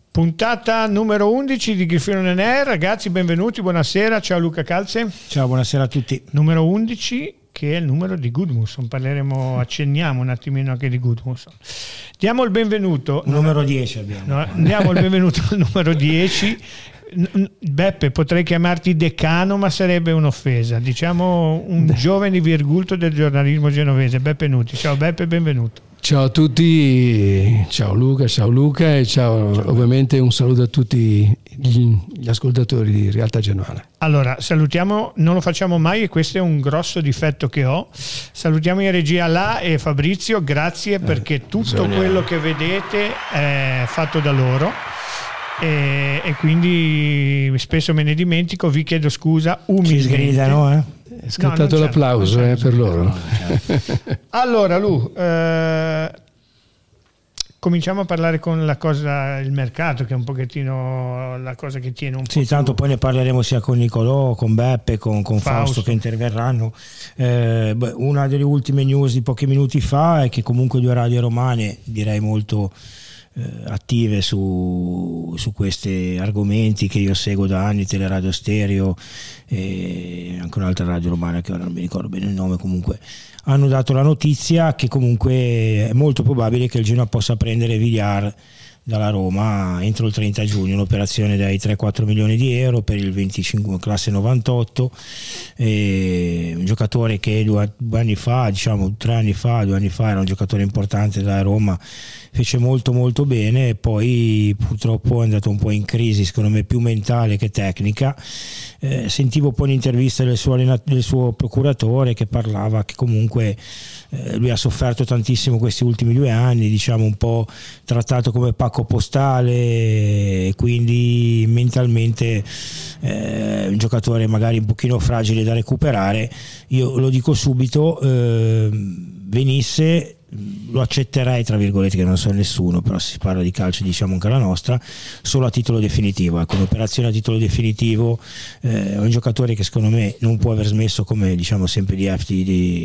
Puntata numero 11 di Grifone On Air. Ragazzi, benvenuti, buonasera. Ciao Luca Calze. Ciao, buonasera a tutti. Numero 11, che è il numero di Gudmundsson. Accenniamo un attimino anche di Gudmundsson. Diamo il benvenuto. Numero 10 abbiamo. No, diamo il benvenuto al numero 10. Beppe, potrei chiamarti decano, ma sarebbe un'offesa. Diciamo un giovane virgulto del giornalismo genovese, Beppe Nuti. Ciao Beppe, benvenuto. Ciao a tutti, ciao Luca e ciao ovviamente un saluto a tutti gli ascoltatori di Realtà Genuana. Allora, salutiamo, non lo facciamo mai e questo è un grosso difetto che ho. Salutiamo in regia là e Fabrizio, grazie perché tutto quello che vedete è fatto da loro. E quindi spesso me ne dimentico, vi chiedo scusa umilmente. Ci sgridano, È scattato l'applauso per loro. Allora Lu, cominciamo a parlare con la cosa, il mercato, che è un pochettino la cosa che tiene un po'. Sì, tanto poi ne parleremo sia con Nicolò, con Beppe, con Fausto che interverranno. Una delle ultime news di pochi minuti fa è che comunque due radio romane, direi molto attive su questi argomenti che io seguo da anni, Teleradio Stereo e anche un'altra radio romana che ora non mi ricordo bene il nome, comunque hanno dato la notizia che comunque è molto probabile che il Genoa possa prendere Villar dalla Roma entro il 30 giugno, un'operazione dai 3-4 milioni di euro per il 25 classe 98, un giocatore che 2 anni fa, diciamo 3 anni fa, 2 anni fa era un giocatore importante della Roma, fece molto molto bene e poi purtroppo è andato un po' in crisi, secondo me più mentale che tecnica. Sentivo poi un'intervista del suo procuratore che parlava che comunque lui ha sofferto tantissimo questi ultimi 2 anni, diciamo un po' trattato come pacco postale, quindi mentalmente un giocatore magari un pochino fragile da recuperare. Io lo dico subito, venisse lo accetterei tra virgolette, che non so nessuno, però si parla di calcio, diciamo anche la nostra, solo a titolo definitivo. Ecco, un'operazione a titolo definitivo, è un giocatore che secondo me non può aver smesso, come diciamo sempre di FT,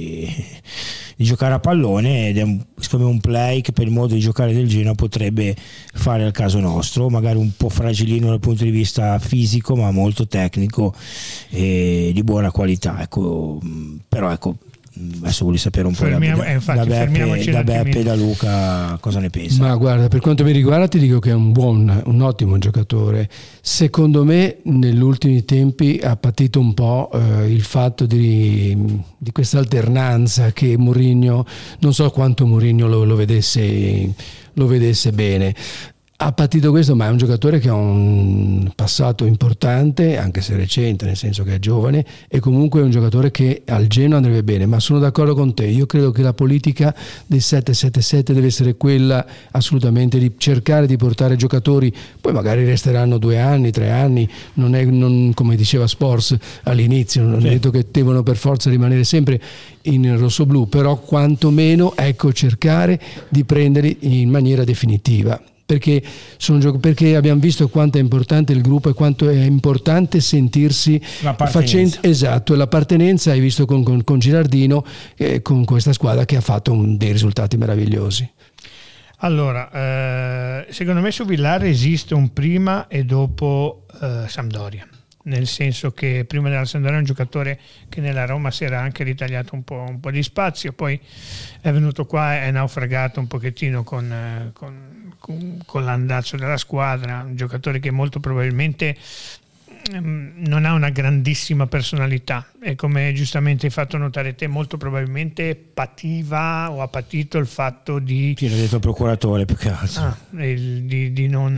di giocare a pallone, ed è secondo me un play che per il modo di giocare del Genoa potrebbe fare al caso nostro, magari un po' fragilino dal punto di vista fisico ma molto tecnico e di buona qualità, ecco. Però ecco, adesso voglio sapere un po' da Beppe e da Luca cosa ne pensa. Ma guarda, per quanto mi riguarda ti dico che è un ottimo giocatore. Secondo me negli ultimi tempi ha patito un po' il fatto di questa alternanza che Mourinho, non so quanto Mourinho lo vedesse bene. Ha patito questo, ma è un giocatore che ha un passato importante, anche se recente, nel senso che è giovane, e comunque è un giocatore che al Genoa andrebbe bene. Ma sono d'accordo con te, io credo che la politica del 777 deve essere quella assolutamente di cercare di portare giocatori, poi magari resteranno 2 anni, 3 anni, non come diceva Sports all'inizio, non è detto che devono per forza rimanere sempre in rossoblù, però quantomeno cercare di prenderli in maniera definitiva. Perché abbiamo visto quanto è importante il gruppo e quanto è importante sentirsi facendo l'appartenenza. Hai visto con Girardino, con questa squadra che ha fatto dei risultati meravigliosi. Allora, secondo me su Villar esiste un prima e dopo Sampdoria, nel senso che prima della Sampdoria è un giocatore che nella Roma si era anche ritagliato un po' di spazio, poi è venuto qua e è naufragato un pochettino con l'andazzo della squadra, un giocatore che molto probabilmente non ha una grandissima personalità e, come giustamente hai fatto notare te, molto probabilmente pativa o ha patito il fatto di l'ha detto il procuratore più che altro di non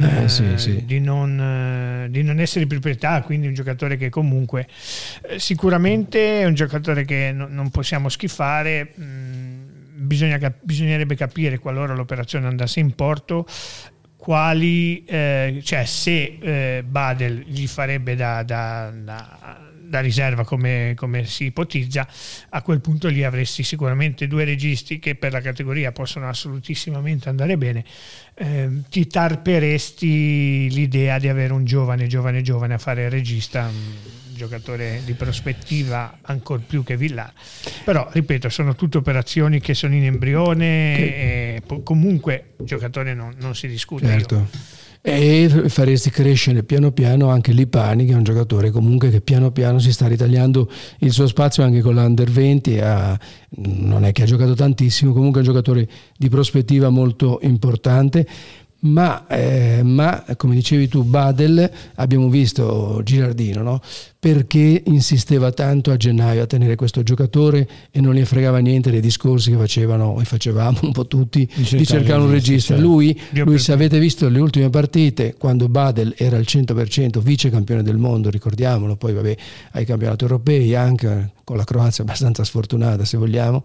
essere di proprietà, quindi un giocatore che comunque sicuramente è un giocatore che non possiamo schifare. Bisognerebbe capire, qualora l'operazione andasse in porto, quali se Badel gli farebbe da riserva come si ipotizza, a quel punto lì avresti sicuramente 2 registi che per la categoria possono assolutissimamente andare bene. Ti tarperesti l'idea di avere un giovane a fare il regista, un giocatore di prospettiva ancor più che Villar. Però ripeto, sono tutte operazioni che sono in embrione e comunque il giocatore non si discute. Certo. E faresti crescere piano piano anche Lipani, che è un giocatore comunque che piano piano si sta ritagliando il suo spazio anche con l'Under 20, non è che ha giocato tantissimo, comunque è un giocatore di prospettiva molto importante. Ma come dicevi tu, Badel, abbiamo visto Girardino, no? Perché insisteva tanto a gennaio a tenere questo giocatore e non gli fregava niente dei discorsi che facevamo un po' tutti di cercare un regista. Certo. Lui se avete visto le ultime partite, quando Badel era al 100% vice campione del mondo, ricordiamolo, poi ai campionati europei, anche con la Croazia abbastanza sfortunata se vogliamo,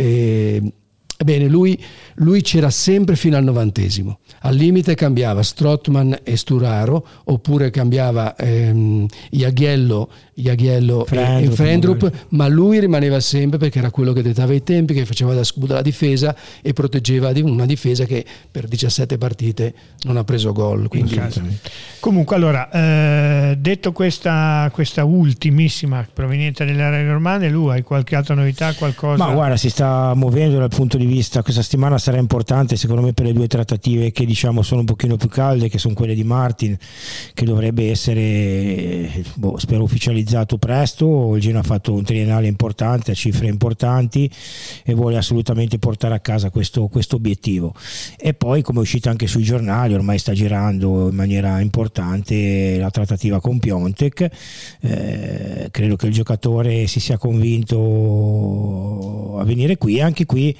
ebbene, lui c'era sempre fino al 90°. Al limite cambiava Strootman e Sturaro, oppure cambiava Jaghiello e Frendrup, ma lui rimaneva sempre perché era quello che dettava i tempi, che faceva da scudo alla difesa e proteggeva di una difesa che per 17 partite non ha preso gol. Quindi... Comunque, allora, detto questa ultimissima proveniente dell'area romana, lui hai qualche altra novità, qualcosa? Ma guarda, si sta muovendo dal punto di vista, questa settimana sarà importante secondo me per le due trattative che diciamo sono un pochino più calde, che sono quelle di Martin, che dovrebbe essere spero ufficializzato presto. Il Genoa ha fatto un triennale importante a cifre importanti e vuole assolutamente portare a casa questo obiettivo. E poi, come è uscito anche sui giornali, ormai sta girando in maniera importante la trattativa con Piontek. Credo che il giocatore si sia convinto a venire qui. Anche qui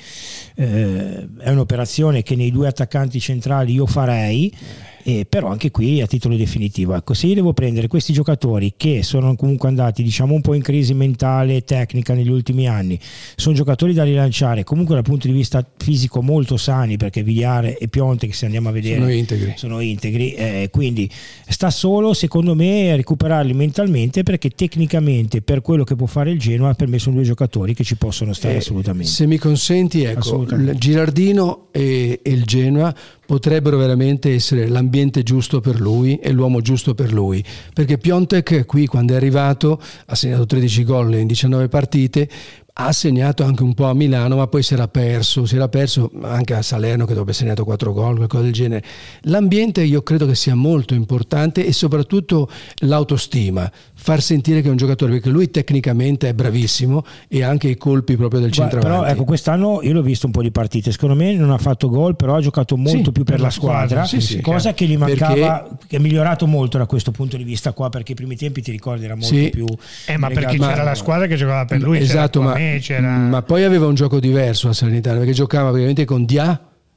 è un'operazione che nei due attaccanti centrali io farei, però anche qui a titolo definitivo. Ecco, se io devo prendere questi giocatori che sono comunque andati diciamo un po' in crisi mentale e tecnica negli ultimi anni, sono giocatori da rilanciare comunque dal punto di vista fisico molto sani, perché Villar e Piontek, se andiamo a vedere, sono integri, quindi sta solo secondo me a recuperarli mentalmente, perché tecnicamente per quello che può fare il Genoa per me sono due giocatori che ci possono stare assolutamente. Se mi consenti, ecco, Girardino e il Genoa potrebbero veramente essere l'ambiente giusto per lui e l'uomo giusto per lui, perché Piontek qui quando è arrivato ha segnato 13 gol in 19 partite, ha segnato anche un po' a Milano, ma poi si era perso anche a Salerno, che dove ha segnato 4 gol, qualcosa del genere. L'ambiente io credo che sia molto importante, e soprattutto l'autostima, far sentire che è un giocatore, perché lui tecnicamente è bravissimo e anche i colpi proprio del centravanti. Però ecco, quest'anno io l'ho visto un po' di partite, secondo me non ha fatto gol, però ha giocato molto più per la squadra, cosa che gli mancava, che è migliorato molto da questo punto di vista qua, perché i primi tempi ti ricordi era molto più ma perché c'era la squadra che giocava per lui, esatto, ma poi aveva un gioco diverso la Salernitana, perché giocava praticamente con Dia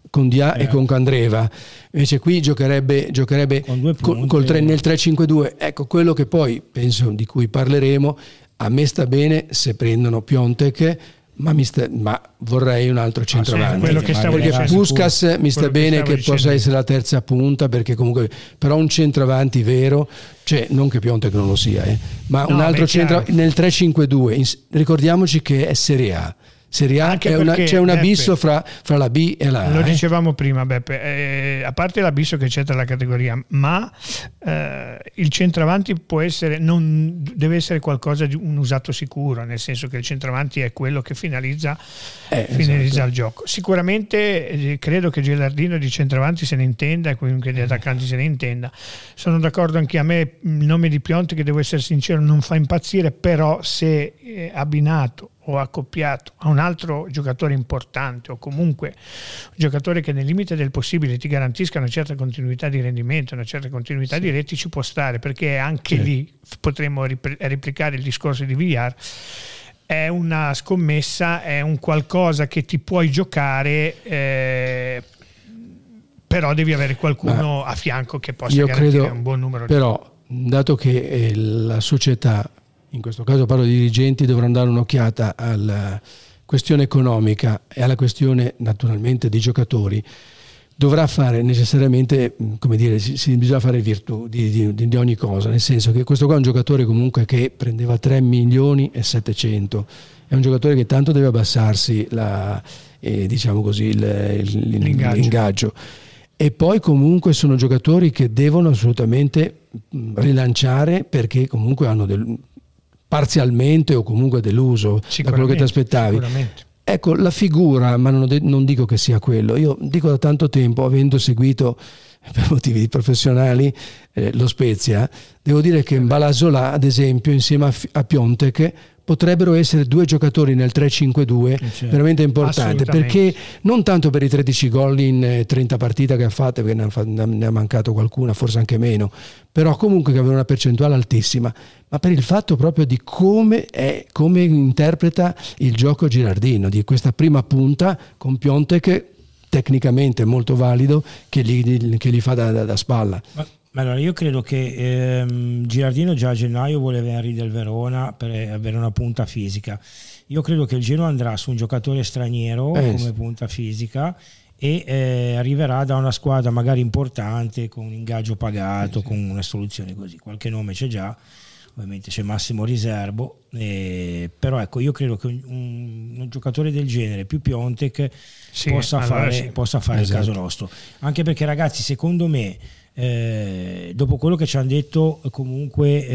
e con Candreva, invece qui giocherebbe nel 3-5-2. Ecco, quello che poi penso di cui parleremo, a me sta bene se prendono Piontek, ma vorrei un altro centravanti, perché Puskas mi sta bene che possa essere la terza punta, perché comunque però un centravanti vero, cioè non che Piontek non lo sia, ma un altro nel 3-5-2, ricordiamoci che è Serie A. C'è un abisso fra la B e la A. Lo dicevamo prima, Beppe, a parte l'abisso che c'è tra la categoria, ma il centravanti può essere, non deve essere qualcosa di un usato sicuro, nel senso che il centravanti è quello che finalizza il gioco. Sicuramente credo che Gilardino di centravanti se ne intenda, e comunque di attaccanti se ne intenda. Sono d'accordo anche a me, il nome di Piontek, che devo essere sincero, non fa impazzire, però se abbinato o accoppiato a un altro giocatore importante, o comunque un giocatore che nel limite del possibile ti garantisca una certa continuità di rendimento, una certa continuità di reti, ci può stare, perché anche lì potremmo replicare il discorso di Villar. È una scommessa, è un qualcosa che ti puoi giocare, però devi avere qualcuno a fianco che possa garantire un buon numero però, dato che la società, in questo caso parlo di dirigenti, dovranno dare un'occhiata alla questione economica e alla questione naturalmente dei giocatori, dovrà fare necessariamente, come dire, bisogna fare virtù di ogni cosa, nel senso che questo qua è un giocatore comunque che prendeva 3.700.000, è un giocatore che tanto deve abbassarsi diciamo così l'ingaggio. E poi comunque sono giocatori che devono assolutamente rilanciare, perché comunque hanno parzialmente o comunque deluso da quello che ti aspettavi. ecco, la figura, ma non dico che sia quello, io dico da tanto tempo, avendo seguito per motivi professionali lo Spezia, devo dire che Mbalazola, ad esempio, insieme a Piontek potrebbero essere due giocatori nel 3-5-2 veramente importanti, perché non tanto per i 13 gol in 30 partite che ha fatto, perché ne ha mancato qualcuna, forse anche meno, però comunque che aveva una percentuale altissima, ma per il fatto proprio di come interpreta il gioco Girardino, di questa prima punta con Piontek tecnicamente molto valido che gli fa da spalla. Ma allora io credo che Girardino già a gennaio voleva Henry del Verona per avere una punta fisica. Io credo che il Genoa andrà su un giocatore straniero come punta fisica e arriverà da una squadra magari importante con un ingaggio pagato, con una soluzione così. Qualche nome c'è già, ovviamente c'è Massimo Riserbo, però ecco, io credo che un giocatore del genere più Piontek possa fare il caso nostro, anche perché ragazzi, secondo me dopo quello che ci hanno detto comunque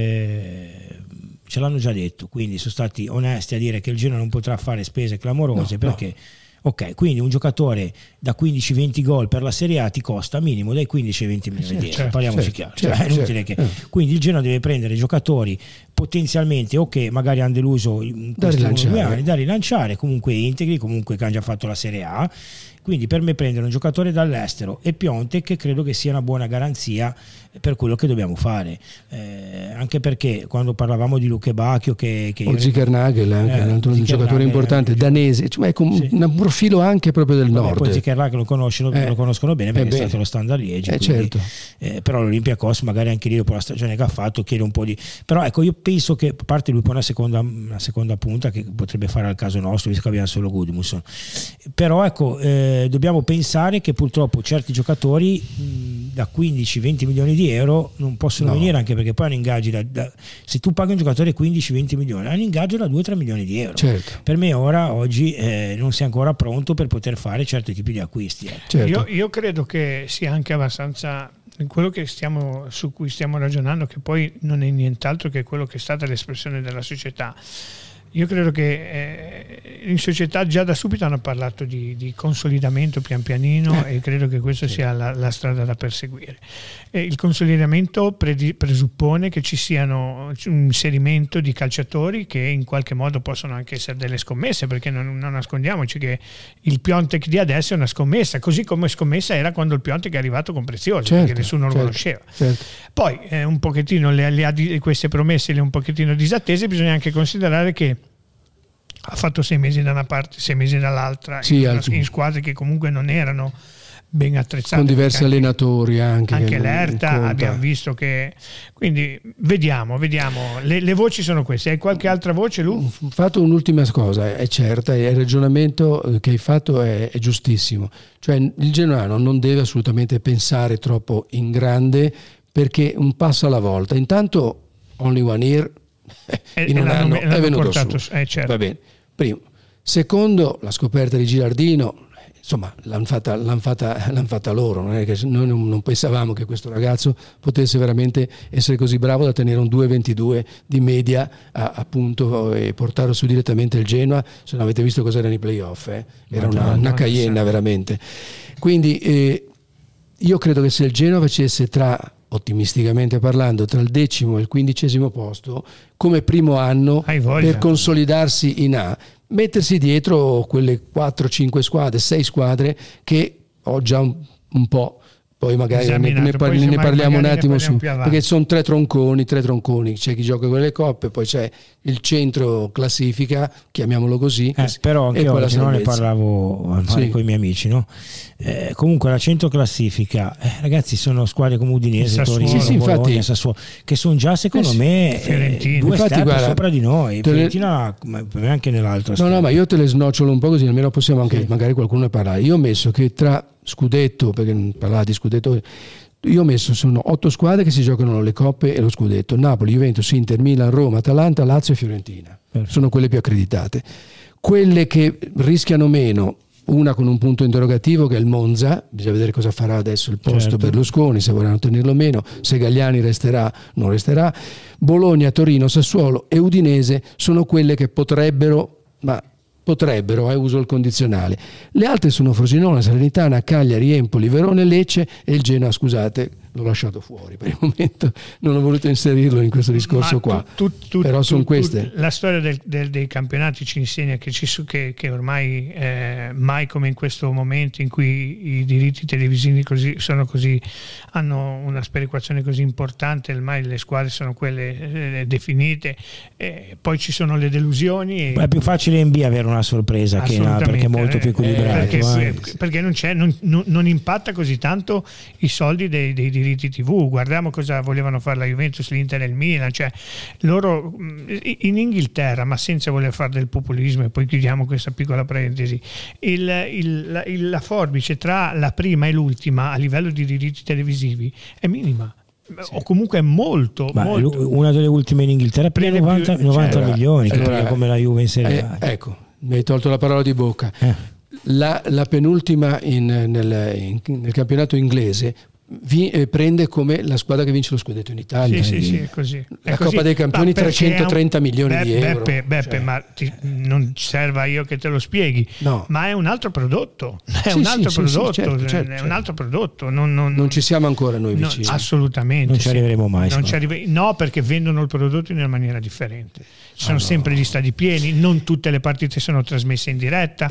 ce l'hanno già detto, quindi sono stati onesti a dire che il Genoa non potrà fare spese clamorose, perché ok, quindi un giocatore da 15-20 gol per la Serie A ti costa minimo dai 15 ai 20 milioni di euro, parliamoci chiaro, è inutile che quindi il Genoa deve prendere giocatori potenzialmente magari hanno deluso in questi 2 anni, da rilanciare, comunque integri, comunque che hanno già fatto la Serie A. Quindi per me prendere un giocatore dall'estero e Piontek credo che sia una buona garanzia per quello che dobbiamo fare, anche perché quando parlavamo di Luke Bacchio o Zickernagel, anche un giocatore importante danese, cioè un profilo anche proprio del nord. Poi Zickernagel lo conoscono bene perché è stato lo Standard Liegi, certo. Però l'Olympiacos magari anche lì dopo la stagione che ha fatto chiede un po' di, però ecco, io penso che a parte lui poi una seconda punta che potrebbe fare al caso nostro, visto che abbiamo solo Gudmundsson, però ecco, dobbiamo pensare che purtroppo certi giocatori da 15-20 milioni di euro non possono venire, anche perché poi hanno ingaggi se tu paghi un giocatore 15-20 milioni, hanno ingaggio da 2-3 milioni di euro. Certo. Per me oggi non sei ancora pronto per poter fare certi tipi di acquisti. Certo. Io credo che sia anche abbastanza quello su cui stiamo ragionando, che poi non è nient'altro che quello che è stata l'espressione della società. Io credo che in società già da subito hanno parlato di consolidamento pian pianino e credo che questa sia la strada da perseguire. Il consolidamento presuppone che ci siano un inserimento di calciatori che in qualche modo possono anche essere delle scommesse, perché non nascondiamoci che il Piontek di adesso è una scommessa, così come scommessa era quando il Piontek è arrivato con Preziosi, perché nessuno lo conosceva. Certo. Poi un pochettino queste promesse le un pochettino disattese, bisogna anche considerare che ha fatto 6 mesi da una parte, 6 mesi dall'altra, in squadre che comunque non erano ben attrezzate, con diversi allenatori anche l'Erta abbiamo visto che, quindi vediamo le voci sono queste. Hai qualche altra voce, Lu? Ho fatto un'ultima cosa, è certa, il ragionamento che hai fatto è giustissimo, cioè il genoano non deve assolutamente pensare troppo in grande, perché un passo alla volta, intanto only one year in un anno è venuto su, certo. Va bene. Primo. Secondo, la scoperta di Girardino, insomma, l'hanno fatta loro, non è che noi non pensavamo che questo ragazzo potesse veramente essere così bravo da tenere un 2,22 di media appunto e portarlo su direttamente il Genoa. Se non avete visto cos'era nei playoff, era una Cayenne veramente. Quindi io credo che se il Genoa facesse ottimisticamente parlando, tra il 10° e il 15° posto come primo anno per consolidarsi in A, mettersi dietro quelle 4-5 squadre, 6 squadre che ho già un po', poi magari ne parliamo un attimo su, perché sono tre tronconi, c'è chi gioca con le coppe, poi c'è il centro classifica, chiamiamolo così, però anche oggi ne parlavo con i miei amici, no? Comunque la centro classifica, ragazzi, sono squadre come Udinese, Torino, Bologna, Sassuolo, che sono già secondo me due step sopra di noi. Fiorentina per me anche nell'altro no, ma io te le snocciolo un po' così, almeno possiamo anche magari qualcuno ne parlare. Io ho messo che tra scudetto, perché parlava di scudetto, io ho messo, sono 8 squadre che si giocano le coppe e lo scudetto: Napoli, Juventus, Inter, Milan, Roma, Atalanta, Lazio e Fiorentina. Sono quelle più accreditate. Quelle che rischiano meno, una con un punto interrogativo, che è il Monza, bisogna vedere cosa farà adesso il posto Berlusconi, se vorranno tenerlo o meno, se Galliani resterà, non resterà. Bologna, Torino, Sassuolo e Udinese sono quelle che potrebbero, ma potrebbero, uso il condizionale. Le altre sono Frosinone, Salernitana, Cagliari, Empoli, Verona, Lecce e il Genoa, scusate, l'ho lasciato fuori per il momento, non ho voluto inserirlo in questo discorso qua, però sono queste. La storia dei campionati ci insegna che ormai mai come in questo momento in cui i diritti televisivi hanno una sperequazione così importante, ormai le squadre sono quelle definite, poi ci sono le delusioni. È più facile in B avere una sorpresa perché è molto più equilibrato. Perché non impatta così tanto i soldi dei diritti TV. Guardiamo cosa volevano fare la Juventus, l'Inter e il Milan, cioè loro in Inghilterra, ma senza voler fare del populismo, e poi chiudiamo questa piccola parentesi, la forbice tra la prima e l'ultima a livello di diritti televisivi è minima. O comunque è molto. Una delle ultime in Inghilterra prende 90 milioni, come la Juve in Serie A. Ecco, mi hai tolto la parola di bocca. La penultima nel campionato inglese prende come la squadra che vince lo scudetto in Italia. Sì, è così. La Coppa dei Campioni 330 milioni di euro. Beppe, ma non serva io che te lo spieghi, ma è un altro prodotto. È un altro prodotto. Non ci siamo ancora noi vicini. Assolutamente. Non ci arriveremo mai. No, perché vendono il prodotto in una maniera differente. Ci sono sempre gli stadi pieni, non tutte le partite sono trasmesse in diretta.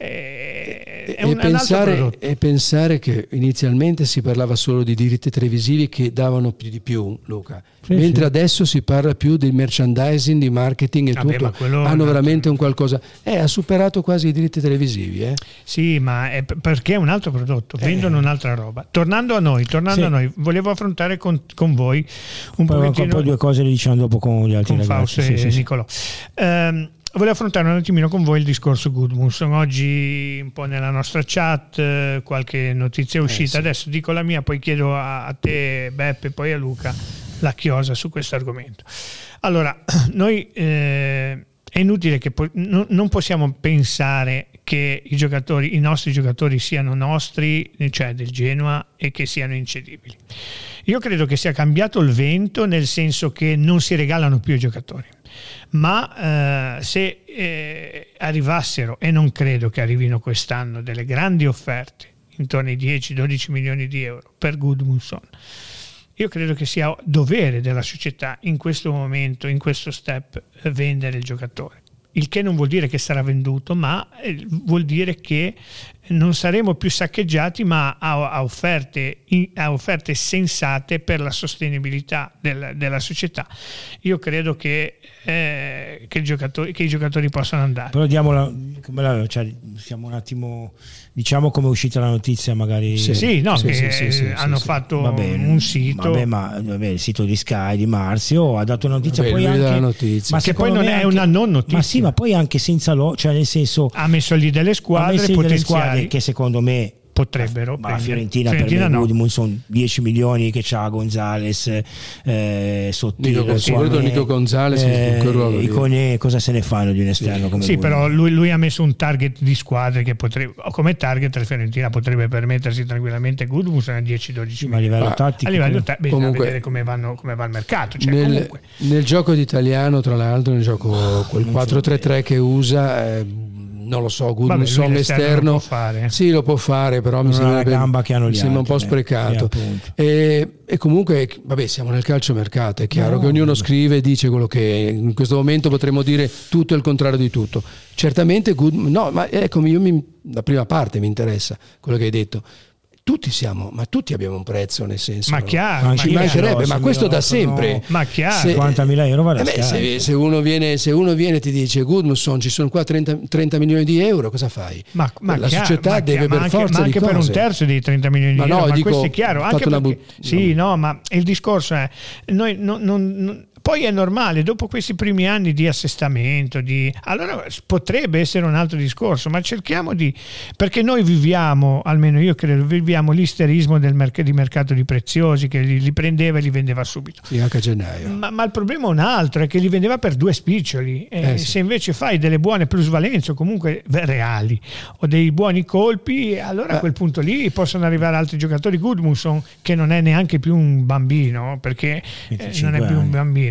E pensare che inizialmente si parlava solo di diritti televisivi che davano più di più, Luca, mentre adesso si parla più di merchandising, di marketing e tutto. Hanno veramente un qualcosa. Ha superato quasi i diritti televisivi. Sì, ma è perché è un altro prodotto, vendono un'altra roba. Tornando a noi, volevo affrontare con voi un po' due cose le diciamo dopo con gli altri ragazzi. Fausto e Nicolò. Volevo affrontare un attimino con voi il discorso Gudmundsson. Oggi un po' nella nostra chat qualche notizia è uscita. Adesso dico la mia, poi chiedo a te Beppe, poi a Luca la chiosa su questo argomento. Allora, noi è inutile che non possiamo pensare che i nostri giocatori siano nostri, cioè del Genoa, e che siano incedibili. Io credo che sia cambiato il vento, nel senso che non si regalano più i giocatori, ma se arrivassero, e non credo che arrivino quest'anno, delle grandi offerte intorno ai 10-12 milioni di euro per Gudmundsson, io credo che sia dovere della società in questo momento, in questo step, vendere il giocatore. Il che non vuol dire che sarà venduto, ma vuol dire che non saremo più saccheggiati, ma a offerte sensate per la sostenibilità della società. Io credo che i giocatori possano andare. Però siamo un attimo, diciamo come è uscita la notizia, magari. Hanno fatto un sito. Il sito di Sky di Marzio ha dato una notizia, ma che poi non è una non notizia. Ma sì, ma poi anche senza cioè nel senso, ha messo lì delle squadre potenziali che secondo me potrebbero. Ma Fiorentina per me Gudmundsson 10 milioni che c'ha Gonzales, Nico Gonzales, Icone, cosa se ne fanno di un esterno come però lui ha messo un target di squadre che potrebbe, come target la Fiorentina potrebbe permettersi tranquillamente Gudmundsson a 10-12 ma a livello tattico, comunque, vedere come va il mercato, nel gioco italiano, tra l'altro nel gioco quel 4-3-3 che usa, non lo so, Gudmundsson esterno lo può fare. Sì, lo può fare, però mi sembra gamba che hanno un po' sprecato. E comunque, siamo nel calciomercato, è chiaro che ognuno scrive e dice quello che in questo momento potremmo dire tutto e il contrario di tutto. Certamente la prima parte mi interessa quello che hai detto. Tutti abbiamo un prezzo, nel senso, ma chiaro, ci mancherebbe, ma questo da sempre. Ma chiaro, 50.000 euro vale se uno viene e ti dice Gudmundsson ci sono qua 30 milioni di euro, cosa fai? Ma la società deve per forza ma anche per un terzo dei 30 milioni di euro, ma questo è chiaro, anche perché, ma il discorso è noi poi è normale, dopo questi primi anni di assestamento, allora potrebbe essere un altro discorso, ma cerchiamo perché noi viviamo, almeno io credo, l'isterismo di mercato di preziosi, che li prendeva e li vendeva subito. Sì, anche a gennaio. Ma il problema è un altro, è che li vendeva per 2 spiccioli. Se invece fai delle buone plusvalenze o comunque reali o dei buoni colpi, allora a quel punto lì possono arrivare altri giocatori. Gudmundsson, che non è neanche più un bambino, perché non è più un bambino,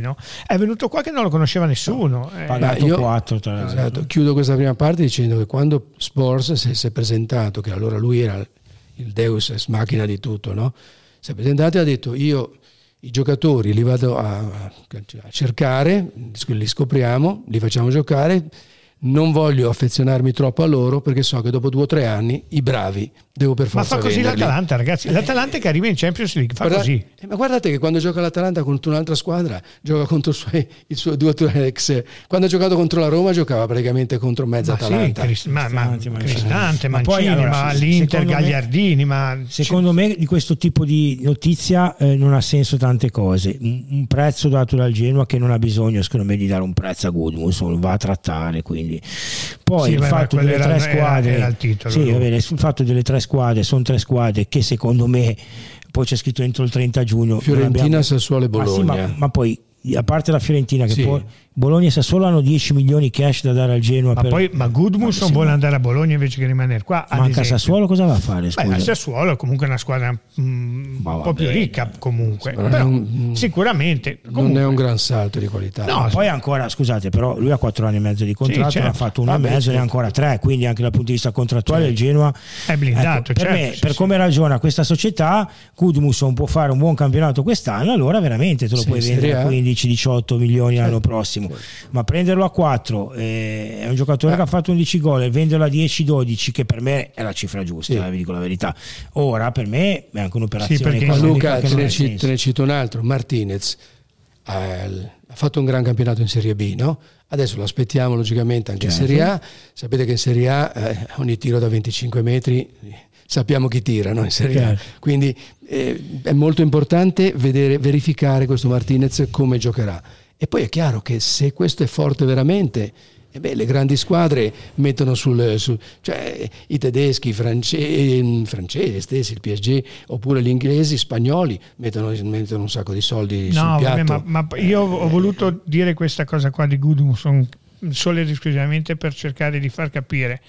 Torino, è venuto qua che non lo conosceva nessuno. Pagato 4 tra l'altro. Esatto. Chiudo questa prima parte dicendo che quando Spors si è presentato, che allora lui era il deus ex machina di tutto, no? Si è presentato e ha detto: io i giocatori li vado a cercare, li scopriamo, li facciamo giocare, non voglio affezionarmi troppo a loro perché so che dopo 2 o 3 anni i bravi devo per forza ma fa così venderli. l'Atalanta, ragazzi, l'Atalanta che arriva in Champions League fa così. Ma guardate che quando gioca l'Atalanta contro un'altra squadra gioca contro il suo 2 o 3 ex. Quando ha giocato contro la Roma giocava praticamente contro mezza Atalanta. Cristante, Mancini, poi, allora, ma l'Inter, Gagliardini, secondo me di questo tipo di notizia non ha senso tante cose. Un prezzo dato dal Genoa che non ha bisogno, secondo me, di dare un prezzo a Gudmundsson, va a trattare, quindi poi il fatto delle 3 squadre era il titolo, il fatto delle 3 squadre sono 3 squadre che secondo me, poi c'è scritto entro il 30 giugno Fiorentina, Sassuolo e Bologna, ma poi a parte la Fiorentina che sì. poi Bologna e Sassuolo hanno 10 milioni cash da dare al Genoa, ma Gudmundsson vuole andare a Bologna invece che rimanere qua. Manca Sassuolo, cosa va a fare? Beh, Sassuolo è comunque una squadra un po' più ricca comunque, però sicuramente non è un gran salto di qualità. No, poi ancora, scusate, però lui ha 4 anni e mezzo di contratto, certo. ne ha fatto 1 e mezzo, ne ha ancora 3, quindi anche dal punto di vista contrattuale il Genoa è blindato. Per come ragiona questa società, Gudmundsson può fare un buon campionato quest'anno, allora veramente te lo puoi vendere a 15-18 milioni l'anno prossimo. Ma prenderlo a 4 è un giocatore che ha fatto 11 gol e venderlo a 10-12, che per me è la cifra giusta, vi dico la verità. Ora per me è anche un'operazione Luca, te ne cito un altro. Martinez ha fatto un gran campionato in Serie B, no? Adesso lo aspettiamo logicamente anche in Serie A. Sapete che in Serie A ogni tiro da 25 metri sappiamo chi tira, no? In Serie A. Quindi è molto importante verificare questo Martinez come giocherà. E poi è chiaro che se questo è forte veramente, le grandi squadre mettono cioè i tedeschi, i francesi stessi, il PSG, oppure gli inglesi, gli spagnoli mettono un sacco di soldi sul piatto. Ma io ho voluto dire questa cosa qua di Gudmundsson solo ed esclusivamente per cercare di far capire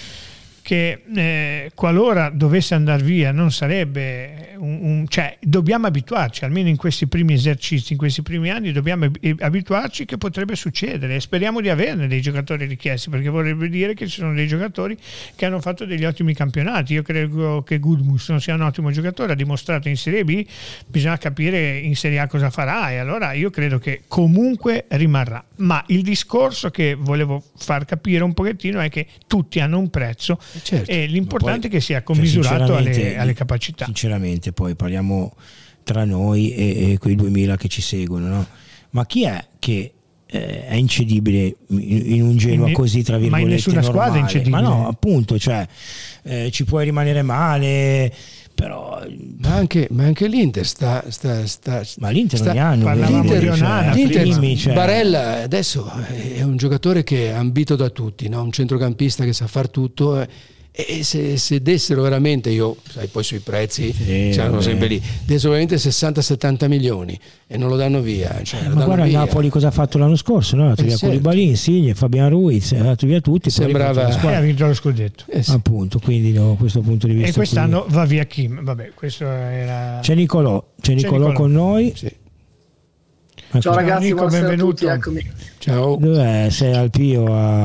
che qualora dovesse andare via non sarebbe cioè dobbiamo abituarci, almeno in questi primi esercizi, in questi primi anni dobbiamo abituarci che potrebbe succedere, e speriamo di averne dei giocatori richiesti, perché vorrebbe dire che ci sono dei giocatori che hanno fatto degli ottimi campionati. Io credo che Gudmundsson sia un ottimo giocatore, ha dimostrato in Serie B, bisogna capire in Serie A cosa farà, e allora io credo che comunque rimarrà. Ma il discorso che volevo far capire un pochettino è che tutti hanno un prezzo, certo, e l'importante è che sia commisurato alle capacità. Sinceramente, poi parliamo tra noi e quei 2000 che ci seguono, no? Ma chi è che è incedibile in un Genoa così, tra virgolette, ma in nessuna squadra è incedibile. Ma no, appunto, cioè ci puoi rimanere male, però ma anche l'Inter ma l'Inter ogni anno l'Inter Barella adesso è un giocatore che è ambito da tutti, no? Un centrocampista che sa far tutto, e se dessero veramente, io sai poi sui prezzi saranno sempre lì, dessero veramente 60-70 milioni e non lo danno via, ma guarda via. Napoli cosa ha fatto l'anno scorso, no? Ha dato via Koulibaly, Insigne, Fabian Ruiz, ha dato via tutti, sembrava ha vinto lo scudetto, appunto, quindi da questo punto di vista, e quest'anno va via Kim, vabbè, questo era... c'è Nicolò con noi, sì. Ciao ragazzi, Nico, benvenuto. Eccomi. Ciao. Dov'è? Sei al Pio?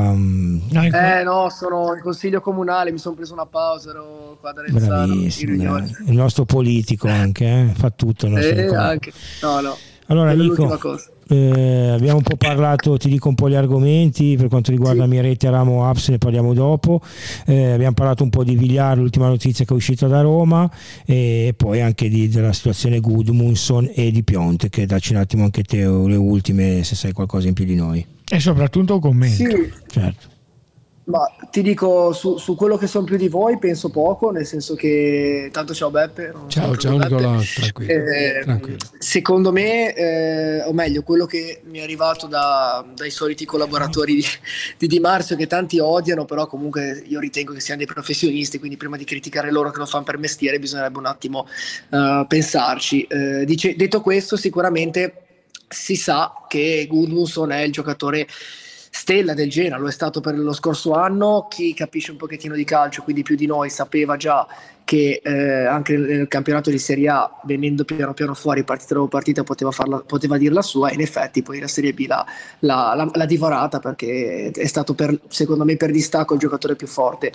No, sono in consiglio comunale, mi sono preso una pausa, ero qua da Rezzano. Bravissimo, il nostro politico anche, fa tutto il nostro anche. No. Allora Nico, abbiamo un po' parlato, ti dico un po' gli argomenti per quanto riguarda Miretti, Ramo, Apps, ne parliamo dopo. Abbiamo parlato un po' di Villar, l'ultima notizia che è uscita da Roma, e poi anche della situazione Gudmundsson e di Piontek, che dacci un attimo anche te le ultime, se sai qualcosa in più di noi. E soprattutto un commento. Sì. Certo. Ma ti dico, su quello che sono più di voi penso poco, nel senso che tanto ciao Beppe. Ciao Nicolò, tranquillo. Secondo me, o meglio, quello che mi è arrivato dai soliti collaboratori di Marzio, che tanti odiano, però comunque io ritengo che siano dei professionisti, quindi prima di criticare loro che lo fanno per mestiere bisognerebbe un attimo pensarci. Detto questo, sicuramente si sa che Gudmundsson è il giocatore stella del Genoa, lo è stato per lo scorso anno. Chi capisce un pochettino di calcio, quindi più di noi, sapeva già che anche nel campionato di Serie A, venendo piano piano fuori partita dopo partita, poteva dire la sua, e in effetti poi la Serie B l'ha divorata, perché è stato secondo me per distacco il giocatore più forte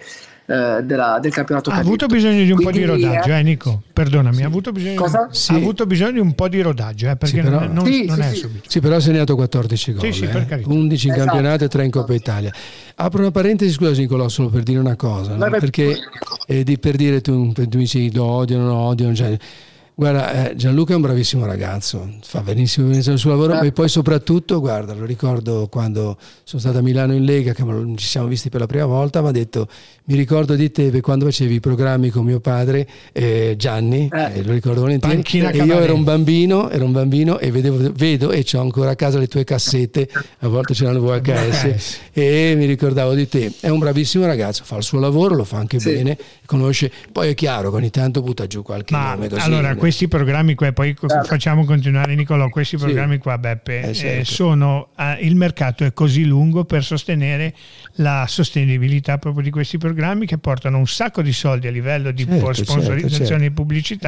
del campionato. Ha avuto bisogno di un po' di rodaggio, Nico, perdonami, ha avuto bisogno Cosa? Ha avuto bisogno di un po' di rodaggio, perché sì, però, non è subito. Sì, però ha segnato 14 gol, per carità. 11 in campionato e 3 in Coppa Italia. Apro una parentesi, scusa Nicolò, solo per dire una cosa, no? Perché per dire tu dici lo odiano, cioè, guarda, Gianluca è un bravissimo ragazzo, fa benissimo il suo lavoro, e poi soprattutto, guarda, lo ricordo quando sono stato a Milano in Lega, che ci siamo visti per la prima volta, mi ha detto: mi ricordo di te quando facevi i programmi con mio padre Gianni, lo ricordo volentieri, e io ero un bambino e vedo e c'ho ancora a casa le tue cassette, a volte c'erano VHS, e mi ricordavo di te. È un bravissimo ragazzo, fa il suo lavoro, lo fa anche bene, conosce, poi è chiaro che ogni tanto butta giù qualche nome così. Allora, questi programmi qua, poi facciamo continuare Nicolò, questi programmi qua, Beppe, sono il mercato è così lungo per sostenere la sostenibilità proprio di questi programmi, che portano un sacco di soldi a livello di sponsorizzazione e pubblicità,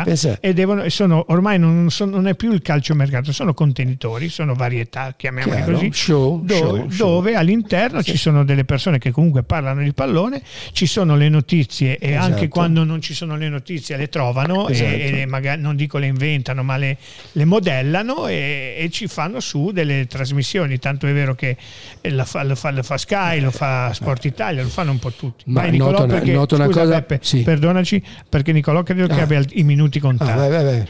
e sono ormai non è più il calciomercato, sono contenitori, sono varietà, chiamiamoli così, show, dove all'interno ci sono delle persone che comunque parlano di pallone, ci sono le notizie, e anche quando non ci sono le notizie le trovano, e magari non dico le inventano, ma le modellano, e ci fanno su delle trasmissioni, tanto è vero che lo fa Sky, lo fa Sport Italia, lo fanno un po' tutti. Ma Nicolò, noto una cosa, Beppe, perdonaci, perché Nicolò credo che abbia i minuti contati. Vai.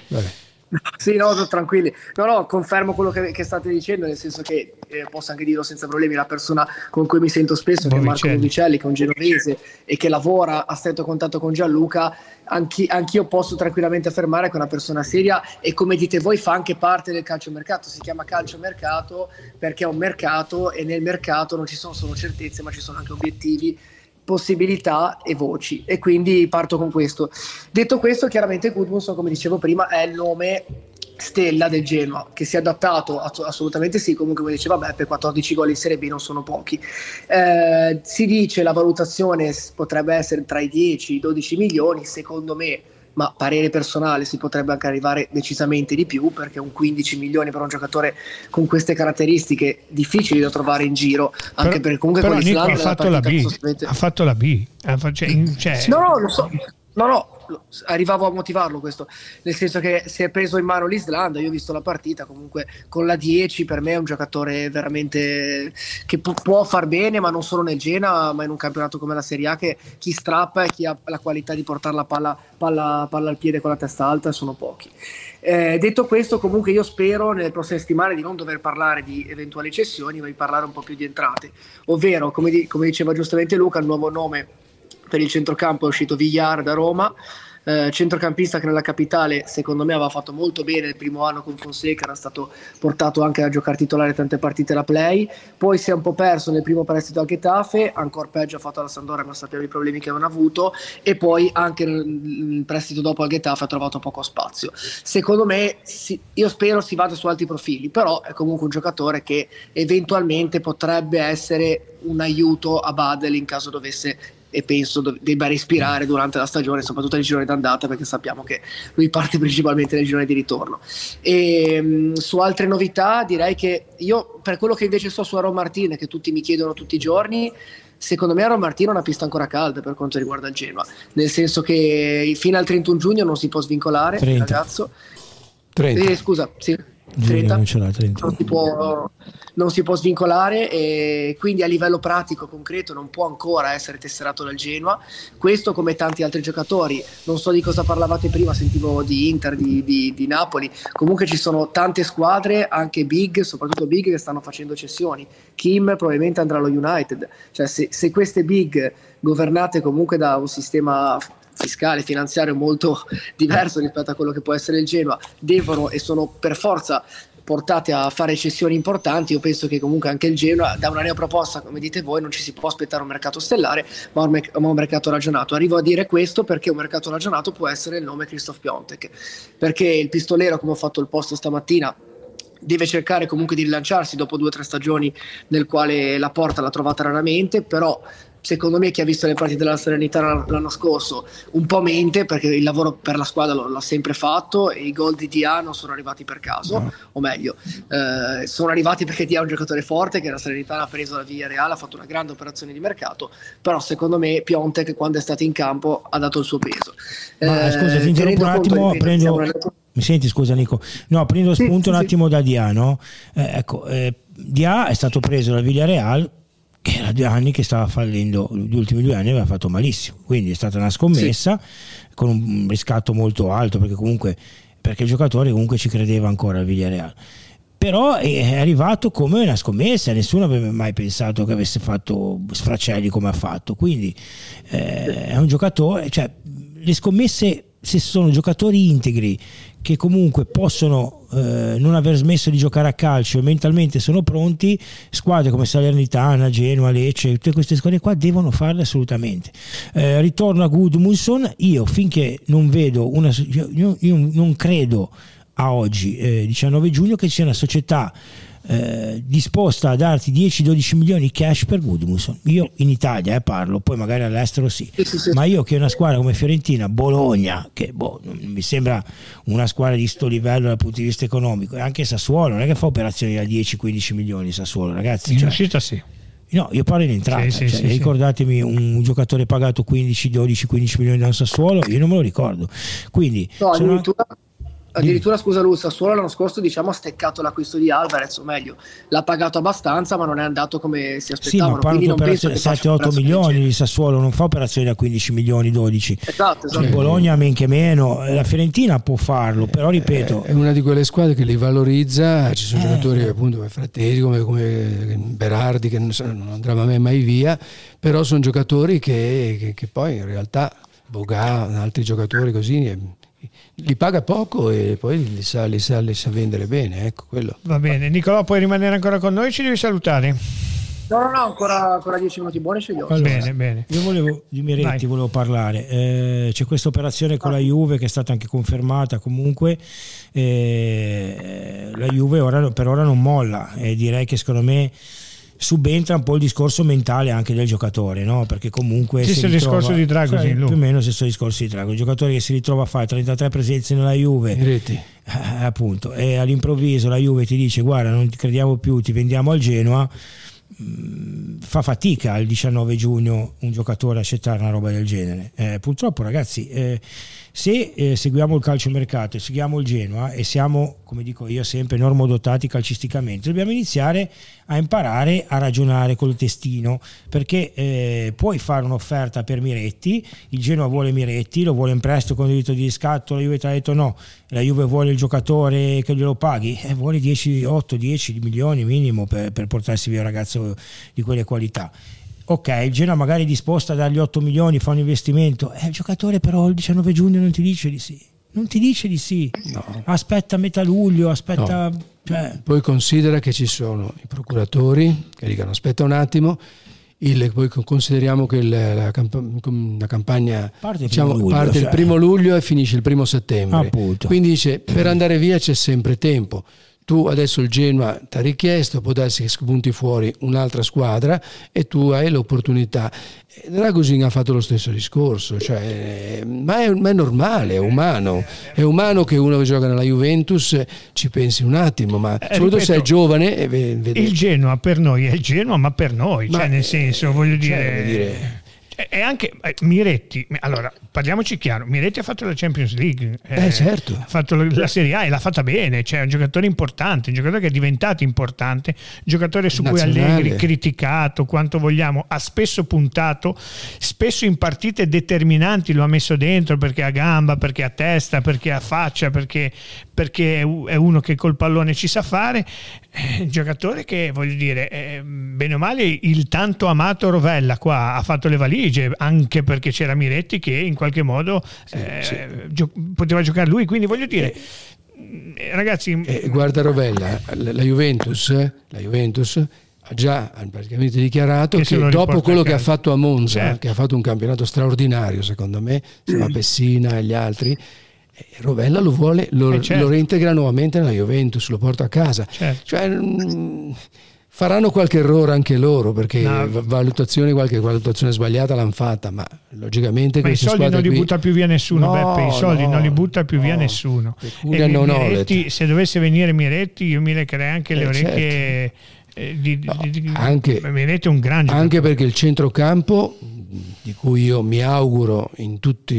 Sì, no, tranquilli. No, confermo quello che state dicendo, nel senso che posso anche dirlo senza problemi. La persona con cui mi sento spesso, che è Marco Bovicelli, che è un genovese e che lavora a stretto contatto con Gianluca, anch'io posso tranquillamente affermare che è una persona seria, e come dite voi fa anche parte del calciomercato. Si chiama calciomercato perché è un mercato, e nel mercato non ci sono solo certezze, ma ci sono anche obiettivi, possibilità e voci, e quindi parto con questo. Detto questo, chiaramente Gudmundsson, come dicevo prima, è il nome stella del Genoa, che si è adattato assolutamente sì. Comunque, come diceva Beppe, 14 gol in Serie B non sono pochi. Si dice la valutazione potrebbe essere tra i 10 e i 12 milioni, secondo me, ma parere personale, si potrebbe anche arrivare decisamente di più, perché un 15 milioni per un giocatore con queste caratteristiche difficili da trovare in giro, anche perché comunque con l'Islanda ha fatto la B. No, lo so. No, arrivavo a motivarlo questo, nel senso che si è preso in mano l'Islanda. Io ho visto la partita, comunque con la 10 per me è un giocatore veramente che può far bene, ma non solo nel Genoa, ma in un campionato come la Serie A, che chi strappa e chi ha la qualità di portare la palla al piede con la testa alta sono pochi. Detto questo, comunque io spero nelle prossime settimane di non dover parlare di eventuali cessioni, ma di parlare un po' più di entrate, ovvero, come diceva giustamente Luca, il nuovo nome per il centrocampo è uscito Villar da Roma, centrocampista che nella capitale secondo me aveva fatto molto bene il primo anno con Fonseca, era stato portato anche a giocare titolare tante partite da play, poi si è un po' perso nel primo prestito al Getafe, ancora peggio ha fatto alla Sampdoria, ma sappiamo i problemi che avevano avuto, e poi anche nel prestito dopo al Getafe ha trovato poco spazio. Secondo me io spero si vada su altri profili, però è comunque un giocatore che eventualmente potrebbe essere un aiuto a Badel in caso dovesse, e penso debba respirare durante la stagione, soprattutto nel girone d'andata, perché sappiamo che lui parte principalmente nel girone di ritorno. E su altre novità direi che io, per quello che invece so su Aaron Martin, che tutti mi chiedono tutti i giorni, secondo me Aaron Martin è una pista ancora calda per quanto riguarda il Genoa, nel senso che fino al 31 giugno non si può svincolare 30. il ragazzo. 30. Scusa, sì, 30. Non si può svincolare, e quindi a livello pratico concreto non può ancora essere tesserato dal Genoa. Questo, come tanti altri giocatori, non so di cosa parlavate prima, sentivo di Inter, di Napoli, comunque ci sono tante squadre, anche big, soprattutto big, che stanno facendo cessioni. Kim probabilmente andrà allo United, cioè se queste big, governate comunque da un sistema fiscale, finanziario molto diverso rispetto a quello che può essere il Genoa, devono e sono per forza portate a fare cessioni importanti, io penso che comunque anche il Genoa, da una neoproposta come dite voi, non ci si può aspettare un mercato stellare, ma un mercato ragionato. Arrivo a dire questo perché un mercato ragionato può essere il nome Christoph Piontek, perché il pistolero, come ho fatto il post stamattina, deve cercare comunque di rilanciarsi dopo 2 o 3 stagioni nel quale la porta l'ha trovata raramente, però secondo me chi ha visto le partite della Salernitana l'anno scorso un po' mente, perché il lavoro per la squadra l'ha sempre fatto, e i gol di Dia non sono arrivati per caso, o meglio sono arrivati perché Dia è un giocatore forte che la Salernitana ha preso la Villarreal, ha fatto una grande operazione di mercato, però secondo me Piontek quando è stato in campo ha dato il suo peso. Scusa, ti interrompo un attimo, mi senti, scusa Nico? No, prendo spunto un attimo da Dia, no? Dia è stato preso dal Villarreal, che era 2 anni che stava fallendo, gli ultimi 2 anni aveva fatto malissimo, quindi è stata una scommessa con un riscatto molto alto, perché il giocatore comunque ci credeva ancora al Villarreal, però è arrivato come una scommessa, nessuno aveva mai pensato che avesse fatto sfracelli come ha fatto, quindi è un giocatore, cioè le scommesse, se sono giocatori integri che comunque possono non aver smesso di giocare a calcio e mentalmente sono pronti, squadre come Salernitana, Genoa, Lecce, tutte queste squadre qua devono farle assolutamente. Ritorno a Gudmundsson, io finché non vedo io non credo a oggi 19 giugno che ci sia una società disposta a darti 10-12 milioni cash per Gudmundsson. Io in Italia parlo, poi magari all'estero sì. Ma io che una squadra come Fiorentina, Bologna, che non mi sembra una squadra di sto livello dal punto di vista economico, e anche Sassuolo non è che fa operazioni da 10-15 milioni Sassuolo, ragazzi, in uscita sì. No, io parlo in entrata, ricordatemi un giocatore pagato 15 milioni da un Sassuolo, io non me lo ricordo, quindi addirittura scusa Lu, Sassuolo l'anno scorso ha steccato l'acquisto di Alvarez, o meglio l'ha pagato abbastanza ma non è andato come si aspettavano, ma quindi non penso che 7-8 milioni di Sassuolo, non fa operazioni da 15 milioni 12, esatto. Il Bologna men che meno, la Fiorentina può farlo, però ripeto è una di quelle squadre che li valorizza, ci sono giocatori appunto come Frattesi, come Berardi che non andrà mai via, però sono giocatori che poi in realtà Boga, altri giocatori così li paga poco e poi li sa vendere bene, ecco quello. Va bene, Nicolò, puoi rimanere ancora con noi, ci devi salutare? No, ancora 10 minuti buoni ce li ho. Allora, bene. Io di Miretti volevo parlare, c'è questa operazione con la Juve che è stata anche confermata comunque, la Juve per ora non molla, e direi che secondo me subentra un po' il discorso mentale anche del giocatore, no? Perché comunque stesso discorso di Dragosin, più o meno stesso discorso di Dragosin, il giocatore che si ritrova a fare 33 presenze nella Juve, appunto, e all'improvviso la Juve ti dice guarda non ti crediamo più, ti vendiamo al Genoa, fa fatica il 19 giugno un giocatore a accettare una roba del genere, purtroppo ragazzi, se seguiamo il calciomercato e seguiamo il Genoa e siamo, come dico io sempre, normodotati calcisticamente, dobbiamo iniziare a imparare a ragionare col testino, perché puoi fare un'offerta per Miretti, il Genoa vuole Miretti, lo vuole in prestito con diritto di riscatto, la Juve ti ha detto no, la Juve vuole il giocatore che glielo paghi, vuole 8-10 milioni minimo per portarsi via un ragazzo di quelle qualità. Ok, il Genoa magari è disposto a dargli 8 milioni, fa un investimento, il giocatore però il 19 giugno non ti dice di sì, no. Aspetta metà luglio, aspetta... No. Poi considera che ci sono i procuratori che dicono aspetta un attimo, poi consideriamo che la campagna parte il 1 luglio e finisce il 1 settembre, appunto. Quindi dice per andare via c'è sempre tempo. Tu adesso il Genoa ti ha richiesto, può darsi che spunti fuori un'altra squadra e tu hai l'opportunità. Dragosin ha fatto lo stesso discorso, ma è normale, è umano che uno che gioca nella Juventus ci pensi un attimo, ma soprattutto se è giovane. Il Genoa per noi è il Genoa, ma per noi, nel senso, voglio dire... E anche Miretti, allora parliamoci chiaro, Miretti ha fatto la Champions League, certo. Ha fatto la Serie A e l'ha fatta bene, è un giocatore importante, un giocatore che è diventato importante, un giocatore su cui Allegri criticato quanto vogliamo, ha spesso puntato, spesso in partite determinanti lo ha messo dentro perché ha gamba, perché ha testa, perché ha faccia, perché è uno che col pallone ci sa fare, un giocatore che, voglio dire, bene o male il tanto amato Rovella qua ha fatto le valigie, anche perché c'era Miretti che in qualche modo poteva giocare lui, quindi voglio dire, ragazzi, guarda Rovella, la Juventus ha già praticamente dichiarato che dopo quello che ha fatto a Monza, che ha fatto un campionato straordinario secondo me, a Pessina e gli altri, Rovella lo vuole, lo reintegra nuovamente nella Juventus, lo porta a casa, Faranno qualche errore anche loro, perché qualche valutazione sbagliata l'hanno fatta, ma logicamente i soldi non li butta più via nessuno, Beppe, i soldi non li butta più via nessuno. E Miretti, se dovesse venire Miretti, io mi leccherei anche le orecchie. Miretti è un gran giocatore. Anche perché il centrocampo, di cui io mi auguro in tutte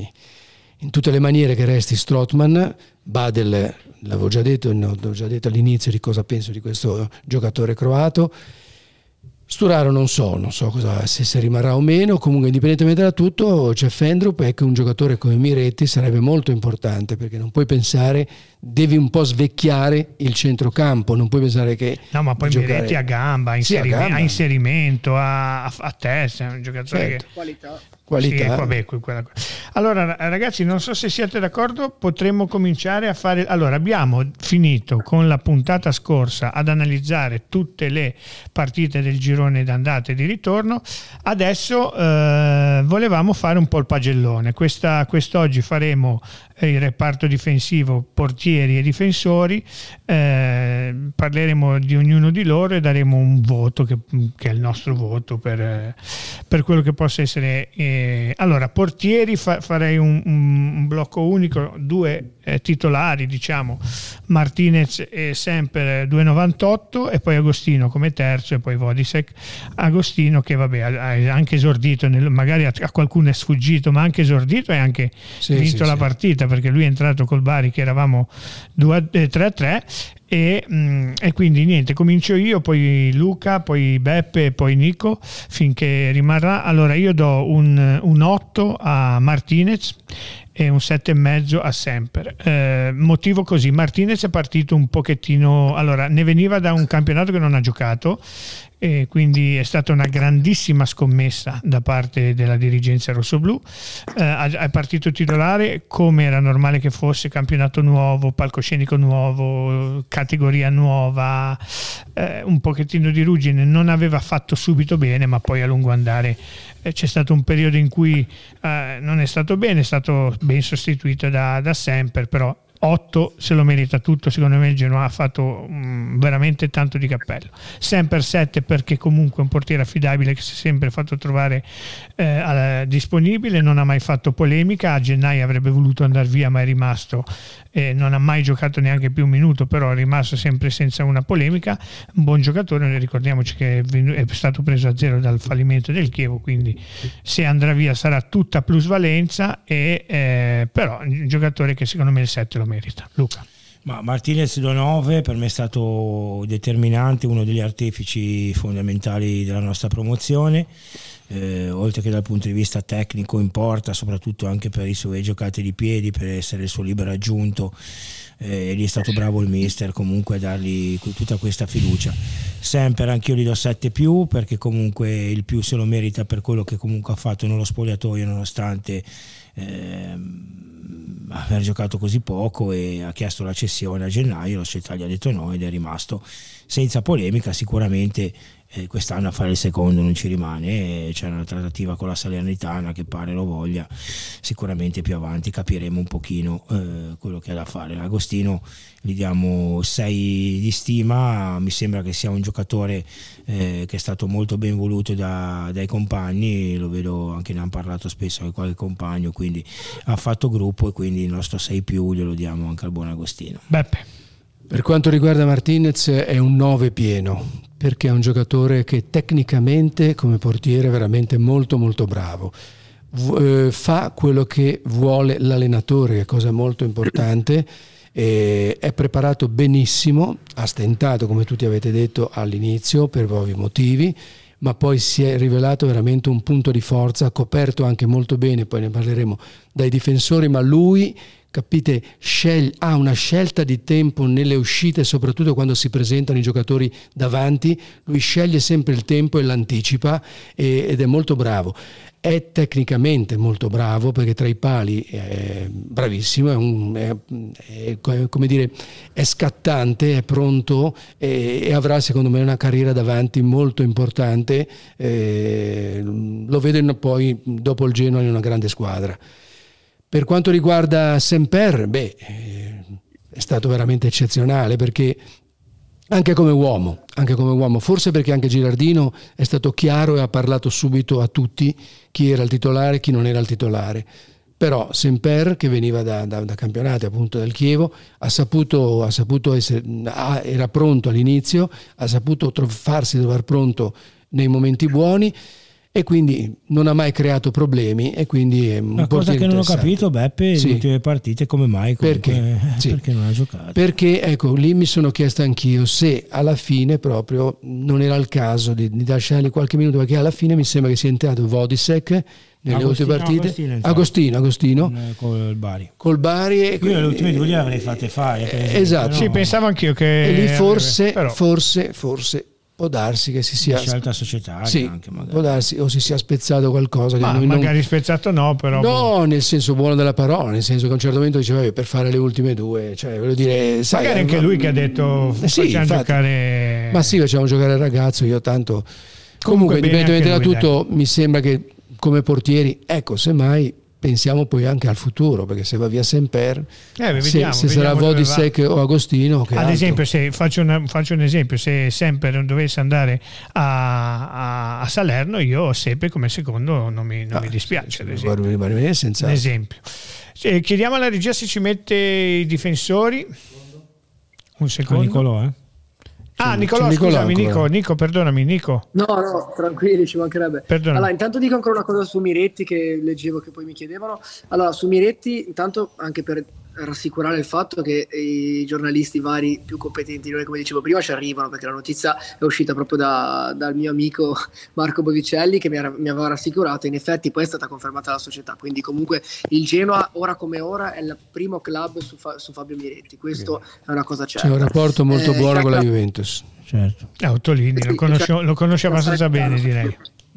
le maniere che resti Strootman, Badel, l'avevo già detto all'inizio di cosa penso di questo giocatore croato. Sturaro non so cosa, se rimarrà o meno. Comunque, indipendentemente da tutto, c'è Fendrup, e che un giocatore come Miretti sarebbe molto importante, perché non puoi pensare, devi un po' svecchiare il centrocampo, non puoi pensare che no, ma poi Miretti a gamba, a inserimento, a testa, è un giocatore che qualità. Sì, vabbè, allora ragazzi, non so se siete d'accordo, potremmo cominciare a fare. Allora, abbiamo finito con la puntata scorsa ad analizzare tutte le partite del girone d'andata e di ritorno. Adesso volevamo fare un po' il pagellone. Quest'oggi faremo il reparto difensivo, portieri e difensori, parleremo di ognuno di loro e daremo un voto che è il nostro voto per quello che possa essere. Allora, portieri, farei un blocco unico, due titolari, diciamo, Martinez e Semper 2,98, e poi Agostino come terzo, e poi Vodisek. Agostino che vabbè ha anche esordito, magari a qualcuno è sfuggito, ma ha anche esordito e anche vinto la partita, perché lui è entrato col Bari che eravamo 3-3. E quindi niente, comincio io, poi Luca, poi Beppe, poi Nico, finché rimarrà. Allora, io do un 8 a Martinez e un 7,5 a Semper. Motivo così: Martinez è partito un pochettino, allora ne veniva da un campionato che non ha giocato, e quindi è stata una grandissima scommessa da parte della dirigenza rossoblù. È partito titolare come era normale che fosse, campionato nuovo, palcoscenico nuovo, categoria nuova, un pochettino di ruggine, non aveva fatto subito bene, ma poi a lungo andare c'è stato un periodo in cui non è stato bene, è stato ben sostituito da Semper, però 8 se lo merita tutto, secondo me il Genoa ha fatto veramente tanto di cappello. Semper 7 perché comunque è un portiere affidabile che si è sempre fatto trovare disponibile, non ha mai fatto polemica, a gennaio avrebbe voluto andare via ma è rimasto, non ha mai giocato neanche più un minuto, però è rimasto sempre senza una polemica, un buon giocatore, ricordiamoci che è stato preso a zero dal fallimento del Chievo, quindi se andrà via sarà tutta plusvalenza, però un giocatore che secondo me il 7 lo merita. Luca. Ma Martinez 2,9 per me è stato determinante, uno degli artefici fondamentali della nostra promozione, oltre che dal punto di vista tecnico in porta, soprattutto anche per i suoi giocate di piedi, per essere il suo libero aggiunto, e lì è stato bravo il mister comunque a dargli tutta questa fiducia. Sempre anch'io gli do 7+, perché comunque il più se lo merita per quello che comunque ha fatto nello spogliatoio, nonostante aver giocato così poco, e ha chiesto la cessione a gennaio, la società gli ha detto no ed è rimasto senza polemica. Sicuramente quest'anno a fare il secondo non ci rimane, c'è una trattativa con la Salernitana che pare lo voglia, sicuramente più avanti capiremo un pochino quello che ha da fare. Agostino gli diamo 6 di stima, mi sembra che sia un giocatore che è stato molto ben voluto dai compagni, lo vedo anche, ne hanno parlato spesso con qualche compagno, quindi ha fatto gruppo, e quindi il nostro 6+ glielo diamo anche al buon Agostino. Beppe. Per quanto riguarda Martinez è un 9 pieno, perché è un giocatore che tecnicamente come portiere è veramente molto molto bravo, fa quello che vuole l'allenatore, che è cosa molto importante, è preparato benissimo, ha stentato come tutti avete detto all'inizio per ovvi motivi, ma poi si è rivelato veramente un punto di forza, coperto anche molto bene, poi ne parleremo, dai difensori, ma lui, capite, ha una scelta di tempo nelle uscite, soprattutto quando si presentano i giocatori davanti, lui sceglie sempre il tempo e l'anticipa, ed è molto bravo. È tecnicamente molto bravo, perché tra i pali è bravissimo, come dire, è scattante, è pronto, e avrà secondo me una carriera davanti molto importante. Lo vedo poi dopo il Genoa in una grande squadra. Per quanto riguarda Semper, è stato veramente eccezionale, perché Anche come uomo, forse perché anche Gilardino è stato chiaro e ha parlato subito a tutti chi era il titolare e chi non era il titolare. Però Semper, che veniva da campionati appunto dal Chievo, ha saputo essere, era pronto all'inizio, ha saputo farsi trovare pronto nei momenti buoni, e quindi non ha mai creato problemi, e quindi è un una cosa che non ho capito, Beppe, sì. le ultime partite come mai, perché non ha giocato, perché ecco, lì mi sono chiesto anch'io se alla fine proprio non era il caso di lasciargli qualche minuto, perché alla fine mi sembra che sia entrato Vodisek nelle ultime partite, Agostino col Bari, e quindi le ultime due le avrei fatte fare, esatto, sì, pensavo anch'io che e lì forse può darsi che si sia scelta societaria, sì, anche magari. Può darsi, o si sia spezzato qualcosa che magari spezzato no, però no, nel senso buono della parola, nel senso che a un certo momento diceva per fare le ultime due, cioè voglio dire, sai, magari anche lui che ha detto facciamo giocare, ma sì, facciamo giocare il ragazzo, io tanto comunque indipendentemente da tutto mi sembra che come portieri, ecco, semmai pensiamo poi anche al futuro, perché se va via Semper, se sarà Vodisek o Agostino, ad esempio, se faccio un esempio, se Semper non dovesse andare a Salerno, io Sepe come secondo non mi dispiace, ad esempio. Chiediamo alla regia se ci mette i difensori. Un secondo. Nicolò, Nicolò, scusami, Nico, perdonami, Nico. No, tranquilli, ci mancherebbe. Perdonami. Allora, intanto dico ancora una cosa su Miretti, che leggevo che poi mi chiedevano. Allora, su Miretti, intanto anche per rassicurare il fatto che i giornalisti vari più competenti di noi, come dicevo prima, ci arrivano, perché la notizia è uscita proprio dal mio amico Marco Bovicelli, che mi aveva rassicurato. In effetti poi è stata confermata la società, quindi comunque il Genoa ora come ora è il primo club su Fabio Miretti, questo è una cosa certa. C'è un rapporto molto buono con la Juventus, certo. Ottolini lo conosce abbastanza bene, direi.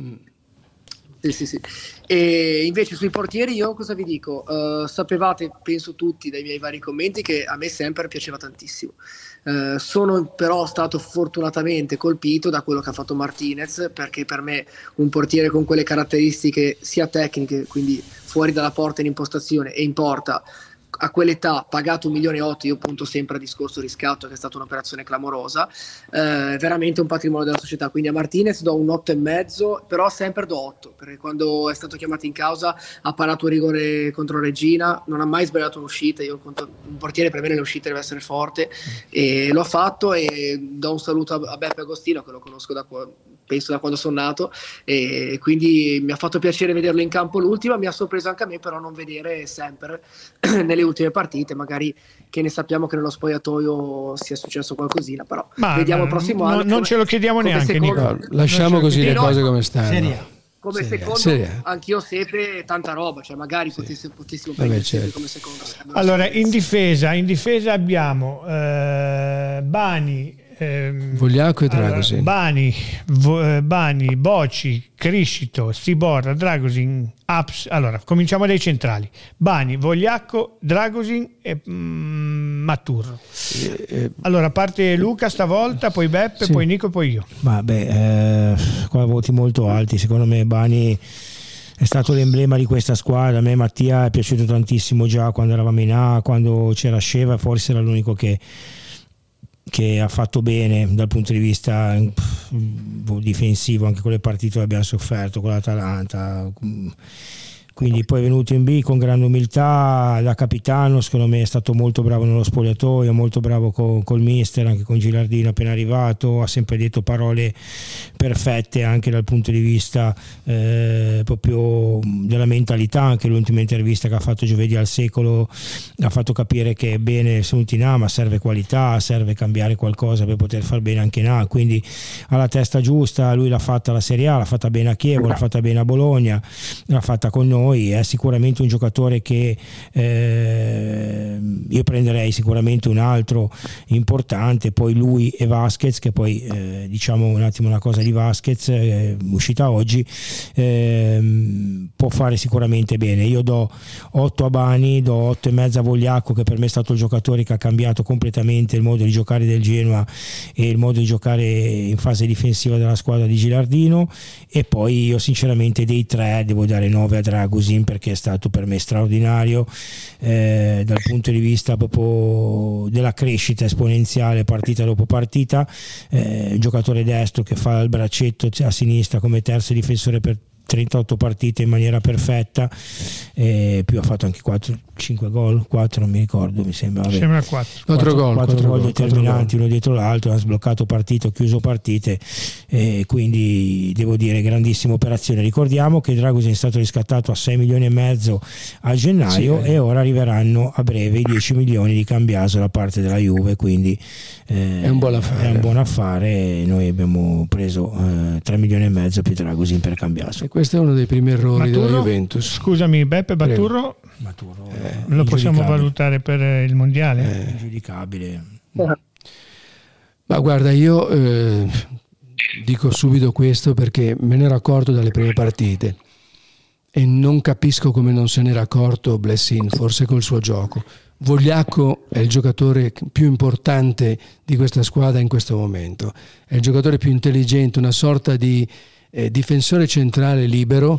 Sì. E invece sui portieri io cosa vi dico? Sapevate, penso tutti dai miei vari commenti, che a me sempre piaceva tantissimo. Sono però stato fortunatamente colpito da quello che ha fatto Martinez, perché per me un portiere con quelle caratteristiche sia tecniche, quindi fuori dalla porta in impostazione e in porta, a quell'età, pagato 1,8 milioni, io punto sempre a discorso riscatto, che è stata un'operazione clamorosa, veramente un patrimonio della società. Quindi a Martinez do un 8,5, però sempre do 8, perché quando è stato chiamato in causa ha parato un rigore contro Regina, non ha mai sbagliato un'uscita. Un portiere per me nelle uscite deve essere forte, e lo ha fatto. E do un saluto a Beppe Agostino, che lo conosco penso da quando sono nato, e quindi mi ha fatto piacere vederlo in campo l'ultima. Mi ha sorpreso anche a me però non vedere sempre nelle ultime partite, magari che ne sappiamo che nello spogliatoio sia successo qualcosina, però vediamo il prossimo anno. Non ce lo chiediamo neanche, Nico. Lasciamo così le cose come stanno. Come secondo, anch'io Sepe tanta roba, cioè magari potessimo prendere come secondo. Allora, in difesa abbiamo Bani, Vogliacco e Dragosin. Bani, Boci, Criscito, Stiborra, Dragosin, Aps. Allora, cominciamo dai centrali: Bani, Vogliacco, Dragosin e Maturro. Allora, parte Luca stavolta, poi Beppe, poi Nico e poi io. Qua voti molto alti. Secondo me Bani è stato l'emblema di questa squadra. A me Mattia è piaciuto tantissimo già quando eravamo in A, quando c'era Sceva, forse era l'unico che ha fatto bene dal punto di vista difensivo, anche con le partite che abbiamo sofferto con l'Atalanta. Quindi poi è venuto in B con grande umiltà da capitano. Secondo me è stato molto bravo nello spogliatoio, molto bravo col mister, anche con Gilardino appena arrivato. Ha sempre detto parole perfette anche dal punto di vista proprio della mentalità. Anche l'ultima intervista che ha fatto giovedì al Secolo ha fatto capire che è bene essere in A, ma serve qualità, serve cambiare qualcosa per poter far bene anche in A. Quindi ha la testa giusta. Lui l'ha fatta alla Serie A, l'ha fatta bene a Chievo, l'ha fatta bene a Bologna, l'ha fatta con noi. È sicuramente un giocatore che io prenderei sicuramente un altro importante, poi lui e Vasquez, che poi diciamo un attimo una cosa di Vasquez, uscita oggi, può fare sicuramente bene. Io do 8 a Bani, do 8,5 a Vogliacco, che per me è stato il giocatore che ha cambiato completamente il modo di giocare del Genoa e il modo di giocare in fase difensiva della squadra di Gilardino. E poi io sinceramente dei 3 devo dare 9 a Drago, Dragusin, perché è stato per me straordinario dal punto di vista proprio della crescita esponenziale partita dopo partita, giocatore destro che fa il braccetto a sinistra come terzo difensore per 38 partite in maniera perfetta, più ha fatto anche 5 gol, 4 non mi ricordo, mi sembra 4 gol determinanti, uno dietro l'altro, ha sbloccato partite, chiuso partite, quindi devo dire grandissima operazione. Ricordiamo che Dragusin è stato riscattato a 6 milioni e mezzo a gennaio, e ora arriveranno a breve i 10 milioni di Cambiaso da parte della Juve, quindi è un buon affare. Noi abbiamo preso 3 milioni e mezzo più Dragusin per Cambiaso. Questo è uno dei primi errori della Juventus. Scusami Beppe, Baturro lo possiamo valutare per il mondiale? Ingiudicabile. Ma guarda, io dico subito questo perché me ne ero accorto dalle prime partite e non capisco come non se n'era accorto Blessin, forse col suo gioco. Vogliacco è il giocatore più importante di questa squadra in questo momento, è il giocatore più intelligente, una sorta di difensore centrale libero,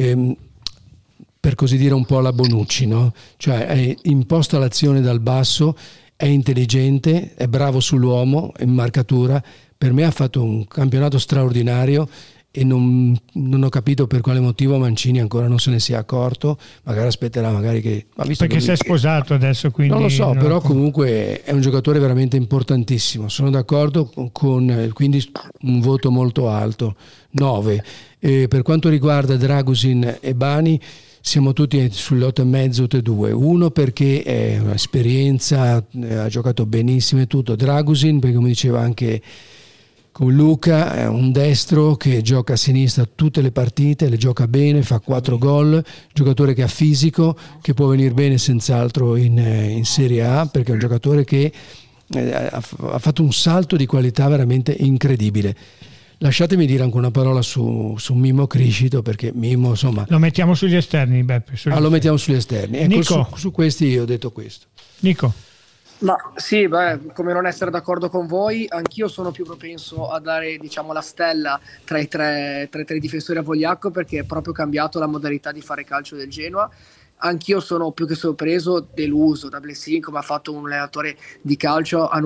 per così dire un po' alla Bonucci, no? Cioè è imposta l'azione dal basso, è intelligente, è bravo sull'uomo, in marcatura. Per me ha fatto un campionato straordinario e non ho capito per quale motivo Mancini ancora non se ne sia accorto. Magari aspetterà, magari che... Perché si è sposato adesso, quindi... Non lo so, però comunque è un giocatore veramente importantissimo. Sono d'accordo con quindi un voto molto alto, 9. Per quanto riguarda Dragusin e Bani, siamo tutti sulle 8,5, 8,2. Uno perché è un'esperienza, ha giocato benissimo e tutto. Dragusin perché, come diceva anche con Luca, è un destro che gioca a sinistra tutte le partite, le gioca bene, fa 4 gol, giocatore che ha fisico, che può venire bene senz'altro in Serie A, perché è un giocatore che ha fatto un salto di qualità veramente incredibile. Lasciatemi dire anche una parola su Mimmo Criscito, perché Mimmo, insomma... Lo mettiamo sugli esterni, Beppe. Lo mettiamo sugli esterni. Ecco, Nico. su questi io ho detto questo. Nico. Ma sì, come non essere d'accordo con voi, anch'io sono più propenso a dare, diciamo, la stella tra i tre difensori a Vogliacco, perché è proprio cambiato la modalità di fare calcio del Genoa. Anch'io sono più che sorpreso, deluso da Blessin, come ha fatto un allenatore di calcio a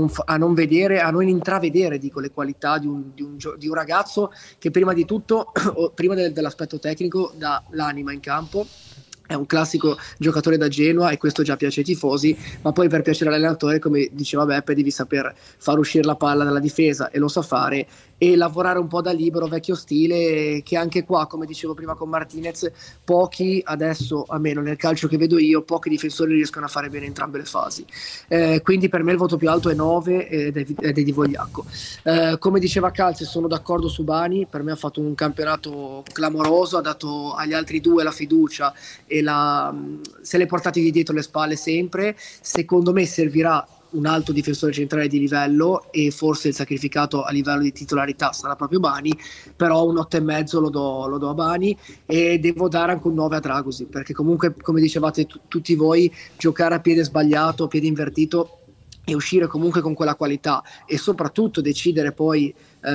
non intravedere, dico, le qualità di un ragazzo che prima di tutto, prima dell'aspetto tecnico, dà l'anima in campo. È un classico giocatore da Genoa e questo già piace ai tifosi, ma poi per piacere all'allenatore, come diceva Beppe, devi saper far uscire la palla dalla difesa, e lo sa fare, e lavorare un po' da libero, vecchio stile, che anche qua, come dicevo prima con Martinez, pochi adesso, almeno nel calcio che vedo io, pochi difensori riescono a fare bene entrambe le fasi. Quindi per me il voto più alto è 9 ed è di Vogliacco. Come diceva Calze, sono d'accordo su Bani, per me ha fatto un campionato clamoroso, ha dato agli altri due la fiducia e se l'è portati di dietro le spalle sempre. Secondo me servirà un alto difensore centrale di livello, e forse il sacrificato a livello di titolarità sarà proprio Bani, però un 8,5 lo do a Bani, e devo dare anche un 9 a Dragusin, perché comunque, come dicevate tutti voi, giocare a piede sbagliato, a piede invertito, e uscire comunque con quella qualità, e soprattutto decidere poi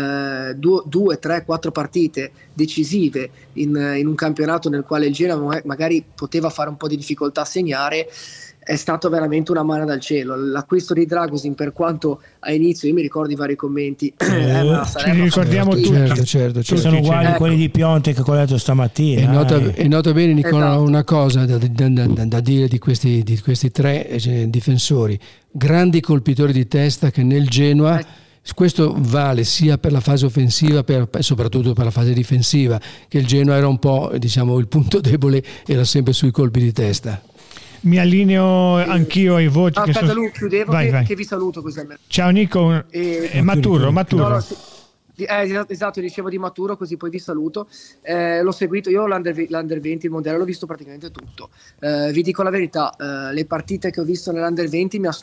2, 3, 4 partite decisive in un campionato nel quale il Genoa magari poteva fare un po' di difficoltà a segnare, è stato veramente una mano dal cielo. L'acquisto di Dragusin, per quanto a inizio io mi ricordo i vari commenti, ci ricordiamo tutti, certo. Sono uguali a quelli di Piontek che ho letto stamattina. E nota bene, Nicola, esatto, una cosa da dire di questi tre difensori: grandi colpitori di testa che nel Genoa, questo vale sia per la fase offensiva e soprattutto per la fase difensiva, che il Genoa era un po', diciamo, il punto debole era sempre sui colpi di testa. Mi allineo anch'io ai voti. Aspetta, Lu, chiudevo, vai. che vi saluto così almeno. Ciao Nico. Maturo. No, sì. Esatto, dicevo di Maturo, così poi vi saluto. L'ho seguito io, l'Under 20, il mondiale l'ho visto praticamente tutto. Vi dico la verità, le partite che ho visto nell'Under 20 mi ha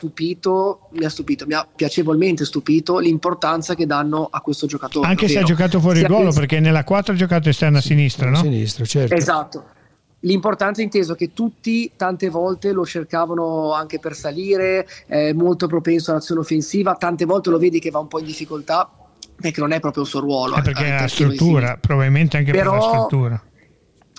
piacevolmente stupito l'importanza che danno a questo giocatore. Anche se ha giocato fuori ruolo, perché nella 4 ha giocato esterna a sinistra, no? A sinistra, certo. Esatto. L'importanza inteso che tutti tante volte lo cercavano anche per salire, molto propenso all'azione offensiva, tante volte lo vedi che va un po' in difficoltà perché non è proprio il suo ruolo. Perché ha struttura, probabilmente anche per la struttura.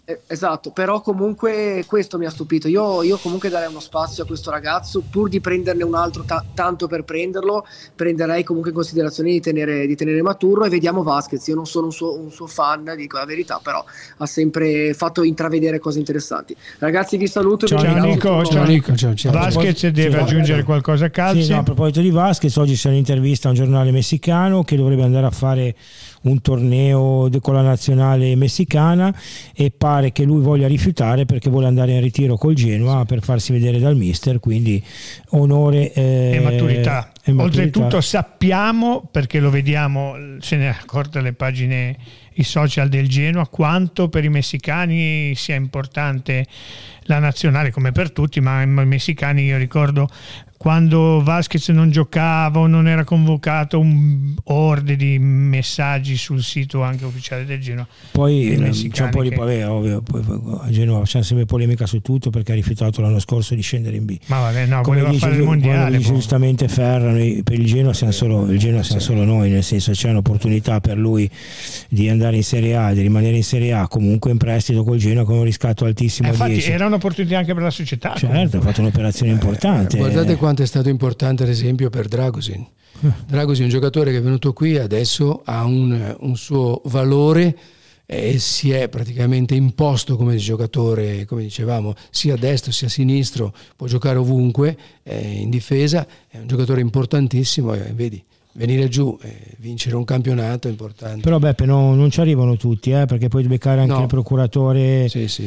Esatto, però comunque questo mi ha stupito. Io comunque darei uno spazio a questo ragazzo, pur di prenderne un altro tanto per prenderlo, prenderei comunque in considerazione di tenere maturo, e vediamo Vasquez. Io non sono un suo fan, dico la verità, però ha sempre fatto intravedere cose interessanti. Ragazzi, vi saluto. Ciao Nico, ciao. Vasquez deve aggiungere qualcosa a calcio. Sì, no, a proposito di Vasquez, oggi c'è un'intervista a un giornale messicano che dovrebbe andare a fare un torneo con la nazionale messicana, e pare che lui voglia rifiutare perché vuole andare in ritiro col Genoa per farsi vedere dal mister, quindi onore e maturità. Oltretutto sappiamo, perché lo vediamo, se ne accorta le pagine, i social del Genoa, quanto per i messicani sia importante la nazionale, come per tutti, ma i messicani, io ricordo quando Vasquez non giocava o non era convocato, un orde di messaggi sul sito anche ufficiale del Genoa. Poi c'è un po' di ovvio, poi a Genoa c'è sempre polemica su tutto perché ha rifiutato l'anno scorso di scendere in B. Ma vabbè, no, voleva fare il mondiale. Dice giustamente Ferra, per il Genoa siamo solo noi, nel senso c'è un'opportunità per lui di andare in Serie A, di rimanere in Serie A, comunque in prestito col Genoa con un riscatto altissimo. Infatti 10. era un'opportunità anche per la società. Certo, ha fatto un'operazione importante. Guardate quanto è stato importante ad esempio per Dragosin. Dragosin è un giocatore che è venuto qui, adesso ha un suo valore e si è praticamente imposto come giocatore, come dicevamo, sia a destra sia a sinistro, può giocare ovunque, in difesa, è un giocatore importantissimo, vedi. Venire giù e vincere un campionato è importante. Però Beppe, non ci arrivano tutti, perché puoi beccare anche il procuratore.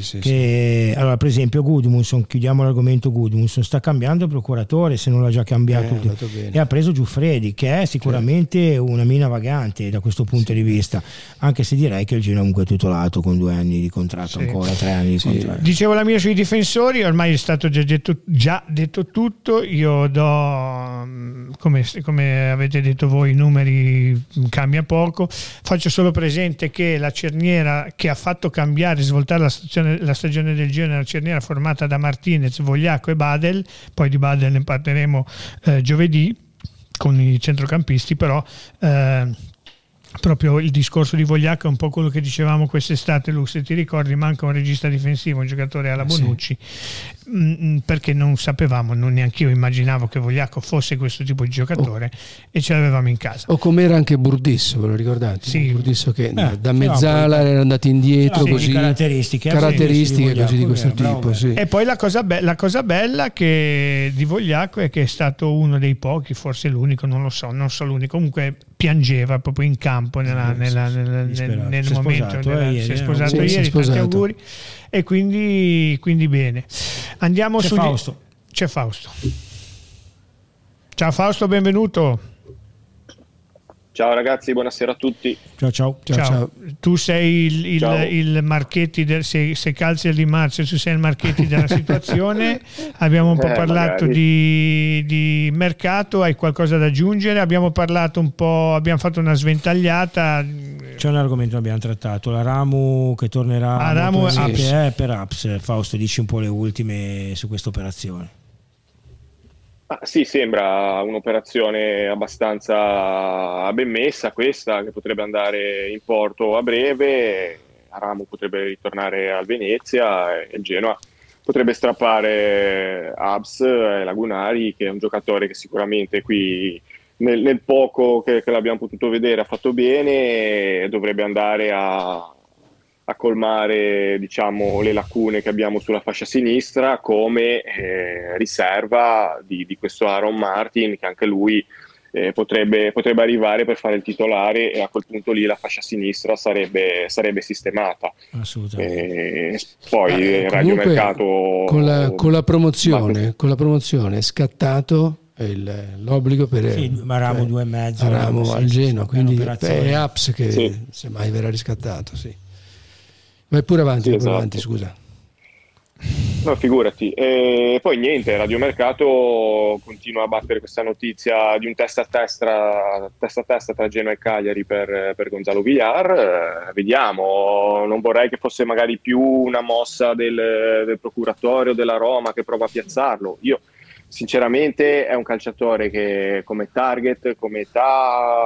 Sì. Allora, per esempio Gudmundsson, chiudiamo l'argomento Gudmundsson, sta cambiando il procuratore, se non l'ha già cambiato, e ha preso Giuffredi, che è sicuramente una mina vagante da questo punto di vista, anche se direi che il Genoa comunque è titolato con 2 anni di contratto, ancora 3 anni di contratto. Dicevo la mia sui difensori, ormai è stato già detto tutto. Io do, come avete detto voi, i numeri, cambia poco. Faccio solo presente che la cerniera che ha fatto cambiare, svoltare la stagione del Genoa, è una cerniera formata da Martinez, Vogliacco e Badel. Poi di Badel ne parleremo giovedì con i centrocampisti, però proprio il discorso di Vogliacco è un po' quello che dicevamo quest'estate, Lu, se ti ricordi, manca un regista difensivo, un giocatore alla Bonucci, perché non sapevamo, non neanche io immaginavo che Vogliacco fosse questo tipo di giocatore, e ce l'avevamo in casa. O com'era anche Burdisso, ve lo ricordate? Sì. Burdisso che da mezzala era andato indietro, così caratteristiche così di questo tipo. Sì. E poi la cosa bella che di Vogliacco è che è stato uno dei pochi, forse l'unico, non so l'unico, comunque piangeva proprio in campo nel momento. Si è sposato ieri, tanti auguri. E quindi bene. Andiamo su. C'è Fausto. Ciao Fausto, benvenuto. Ciao ragazzi, buonasera a tutti. Ciao. Tu sei il Marchetti, se calzi il Di Marzio, tu sei il Marchetti della situazione. Abbiamo un po' parlato di mercato, hai qualcosa da aggiungere? Abbiamo parlato un po', abbiamo fatto una sventagliata. C'è un argomento che abbiamo trattato, la Ramu che tornerà per Apps. Fausto, dici un po' le ultime su questa operazione. Sì, sembra un'operazione abbastanza ben messa questa, che potrebbe andare in porto a breve. Ramu potrebbe ritornare al Venezia e il Genoa potrebbe strappare Abs e Lagunari, che è un giocatore che sicuramente qui nel poco che l'abbiamo potuto vedere ha fatto bene, e dovrebbe andare a colmare, diciamo, le lacune che abbiamo sulla fascia sinistra come riserva di questo Aaron Martin, che anche lui potrebbe arrivare per fare il titolare, e a quel punto lì la fascia sinistra sarebbe sistemata. Assolutamente. Poi Radio Mercato con la promozione è scattato l'obbligo per Ramu 2,5 Ramu al Genoa, quindi è Apps che semmai verrà riscattato. Vai pure avanti, esatto. Scusa. No, figurati. E poi niente, Radio Mercato continua a battere questa notizia di un testa a testa tra Genoa e Cagliari per Gonzalo Villar. Vediamo, non vorrei che fosse magari più una mossa del procuratore o della Roma che prova a piazzarlo. Io sinceramente è un calciatore che come target, come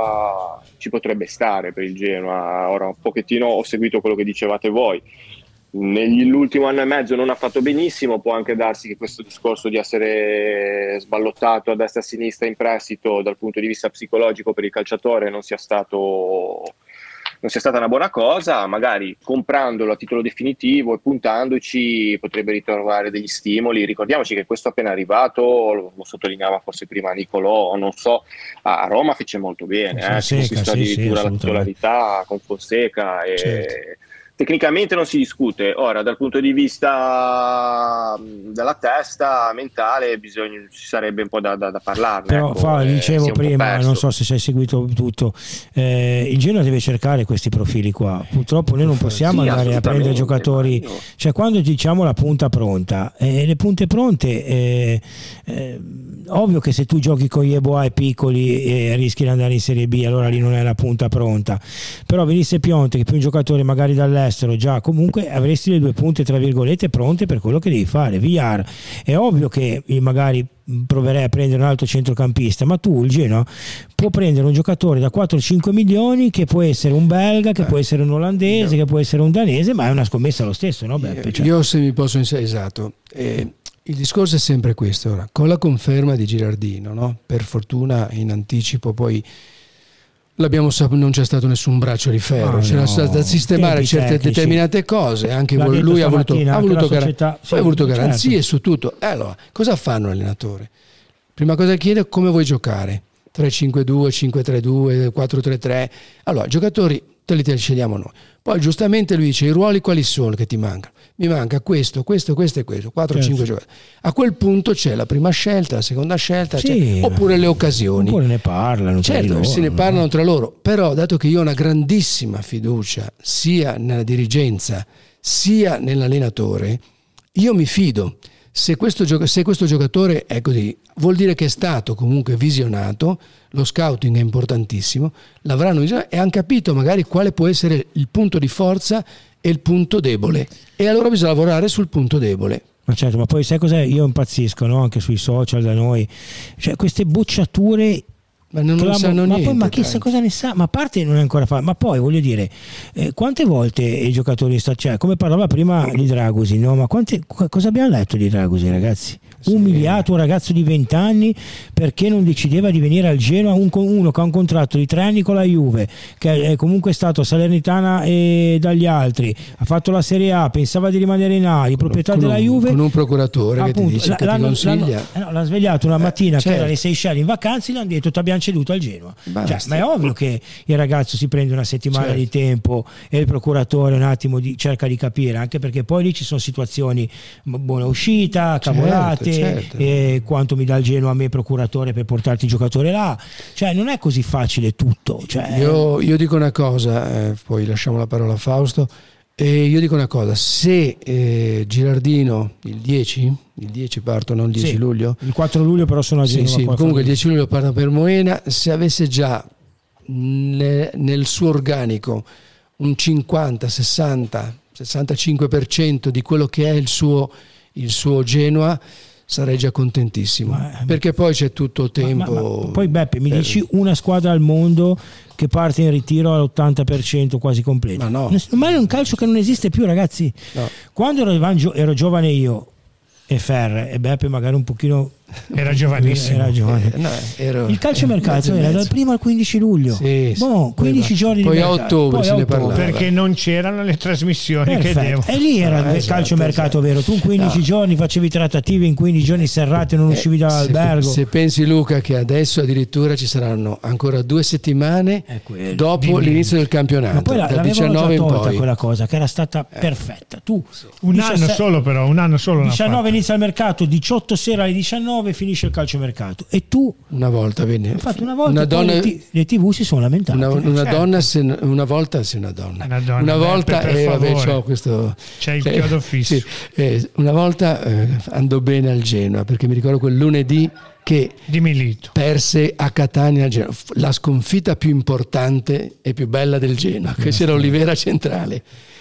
età ci potrebbe stare per il Genoa. Ora un pochettino ho seguito quello che dicevate voi. nell'ultimo anno e mezzo non ha fatto benissimo. Può anche darsi che questo discorso di essere sballottato a destra e a sinistra in prestito dal punto di vista psicologico per il calciatore non sia stata una buona cosa. Magari comprandolo a titolo definitivo e puntandoci potrebbe ritrovare degli stimoli. Ricordiamoci che questo appena arrivato, lo sottolineava forse prima Nicolò, non so, a Roma fece molto bene, si conquistò addirittura la titolarità con Fonseca e certo. Tecnicamente non si discute. Ora, dal punto di vista della testa mentale ci sarebbe un po' da parlarne. Però dicevo prima, non so se ci hai seguito tutto, il Genoa deve cercare questi profili qua. Purtroppo noi non possiamo andare a prendere giocatori, cioè quando diciamo la punta pronta, le punte pronte, ovvio che se tu giochi con Yeboah e piccoli rischi di andare in Serie B, allora lì non è la punta pronta. Però venisse Piontek, che più un giocatore magari dall'estero, già comunque avresti le due punte tra virgolette pronte per quello che devi fare. Villar è ovvio che magari proverei a prendere un altro centrocampista, ma tu il Genoa può prendere un giocatore da 4-5 milioni che può essere un belga, che può essere un olandese, che può essere un danese, ma è una scommessa lo stesso, no Beppe? Io se mi posso esatto, il discorso è sempre questo. Ora, con la conferma di Girardino, no? Per fortuna in anticipo poi non c'è stato nessun braccio di ferro, c'era da sistemare certe determinate cose, anche lui ha voluto garanzie su tutto. Allora, cosa fanno l'allenatore? Prima cosa chiede: come vuoi giocare? 3-5-2, 5-3-2, 4-3-3. Allora, giocatori te li scegliamo noi. Poi giustamente lui dice: i ruoli quali sono che ti mancano? Mi manca questo e questo, 4-5 giocatori. A quel punto c'è la prima scelta, la seconda scelta, oppure le occasioni. Oppure ne parlano tra loro. Se ne parlano tra loro. Però, dato che io ho una grandissima fiducia sia nella dirigenza sia nell'allenatore, io mi fido. Se questo giocatore è così, vuol dire che è stato comunque visionato, lo scouting è importantissimo, l'avranno visionato e hanno capito magari quale può essere il punto di forza e il punto debole, e allora bisogna lavorare sul punto debole. Ma certo, ma poi sai cos'è? Io impazzisco, no? Anche sui social da noi, cioè queste bocciature. Ma non sanno niente. Ma poi, ma chissà cosa ne sa, ma a parte non è ancora fatto, ma poi voglio dire, quante volte i giocatori cioè, come parlava prima di Dragusin, no? Ma cosa abbiamo letto di Dragusin, ragazzi? Umiliato un ragazzo di 20 anni perché non decideva di venire al Genoa, uno che ha un contratto di 3 anni con la Juve, che è comunque stato Salernitana e dagli altri, ha fatto la Serie A, pensava di rimanere in A, di proprietà della Juve, con un procuratore appunto, che ti dice che ti consiglia. L'ha svegliato una mattina che era alle Seychelles in vacanza e gli hanno detto: ti abbiamo ceduto al Genoa. Cioè, ma è ovvio che il ragazzo si prende una settimana di tempo e il procuratore un attimo cerca di capire, anche perché poi lì ci sono situazioni, buona uscita, cavolate, e quanto mi dà il Genoa a me procuratore per portarti il giocatore là, cioè non è così facile tutto, cioè, io dico una cosa, poi lasciamo la parola a Fausto, io dico una cosa: se Girardino il 10 parto, non il 10 luglio, il 4 luglio però sono a Genova, comunque il 10 luglio parto per Moena, se avesse già nel suo organico un 50, 60, 65% di quello che è il suo Genoa, sarei già contentissimo, perché poi c'è tutto il tempo. Ma poi Beppe, mi dici una squadra al mondo che parte in ritiro all'80% quasi completo? Ma è un calcio che non esiste più, ragazzi. No. Quando ero giovane io e Ferre e Beppe magari un pochino era giovanissimo, era giovane. Il calciomercato era dal 1 al 15 luglio, 15 giorni poi di a ottobre se ne parlava, perché non c'erano le trasmissioni che devono, e lì era il calciomercato vero. Tu in 15 giorni facevi trattative, in 15 giorni serrate, non uscivi dall'albergo. Se pensi, Luca, che adesso addirittura ci saranno ancora 2 settimane dopo l'inizio del campionato, ma poi dal 19 in poi, quella cosa che era stata perfetta. Tu un anno solo 19 inizia il mercato, 18 sera alle 19 finisce il calciomercato, e tu una volta una donna, le TV si sono lamentate. Una volta c'è il chiodo fisso. Una volta andò bene al Genoa, perché mi ricordo quel lunedì che di Milito perse a Catania la sconfitta più importante e più bella del Genoa, che c'era Olivera centrale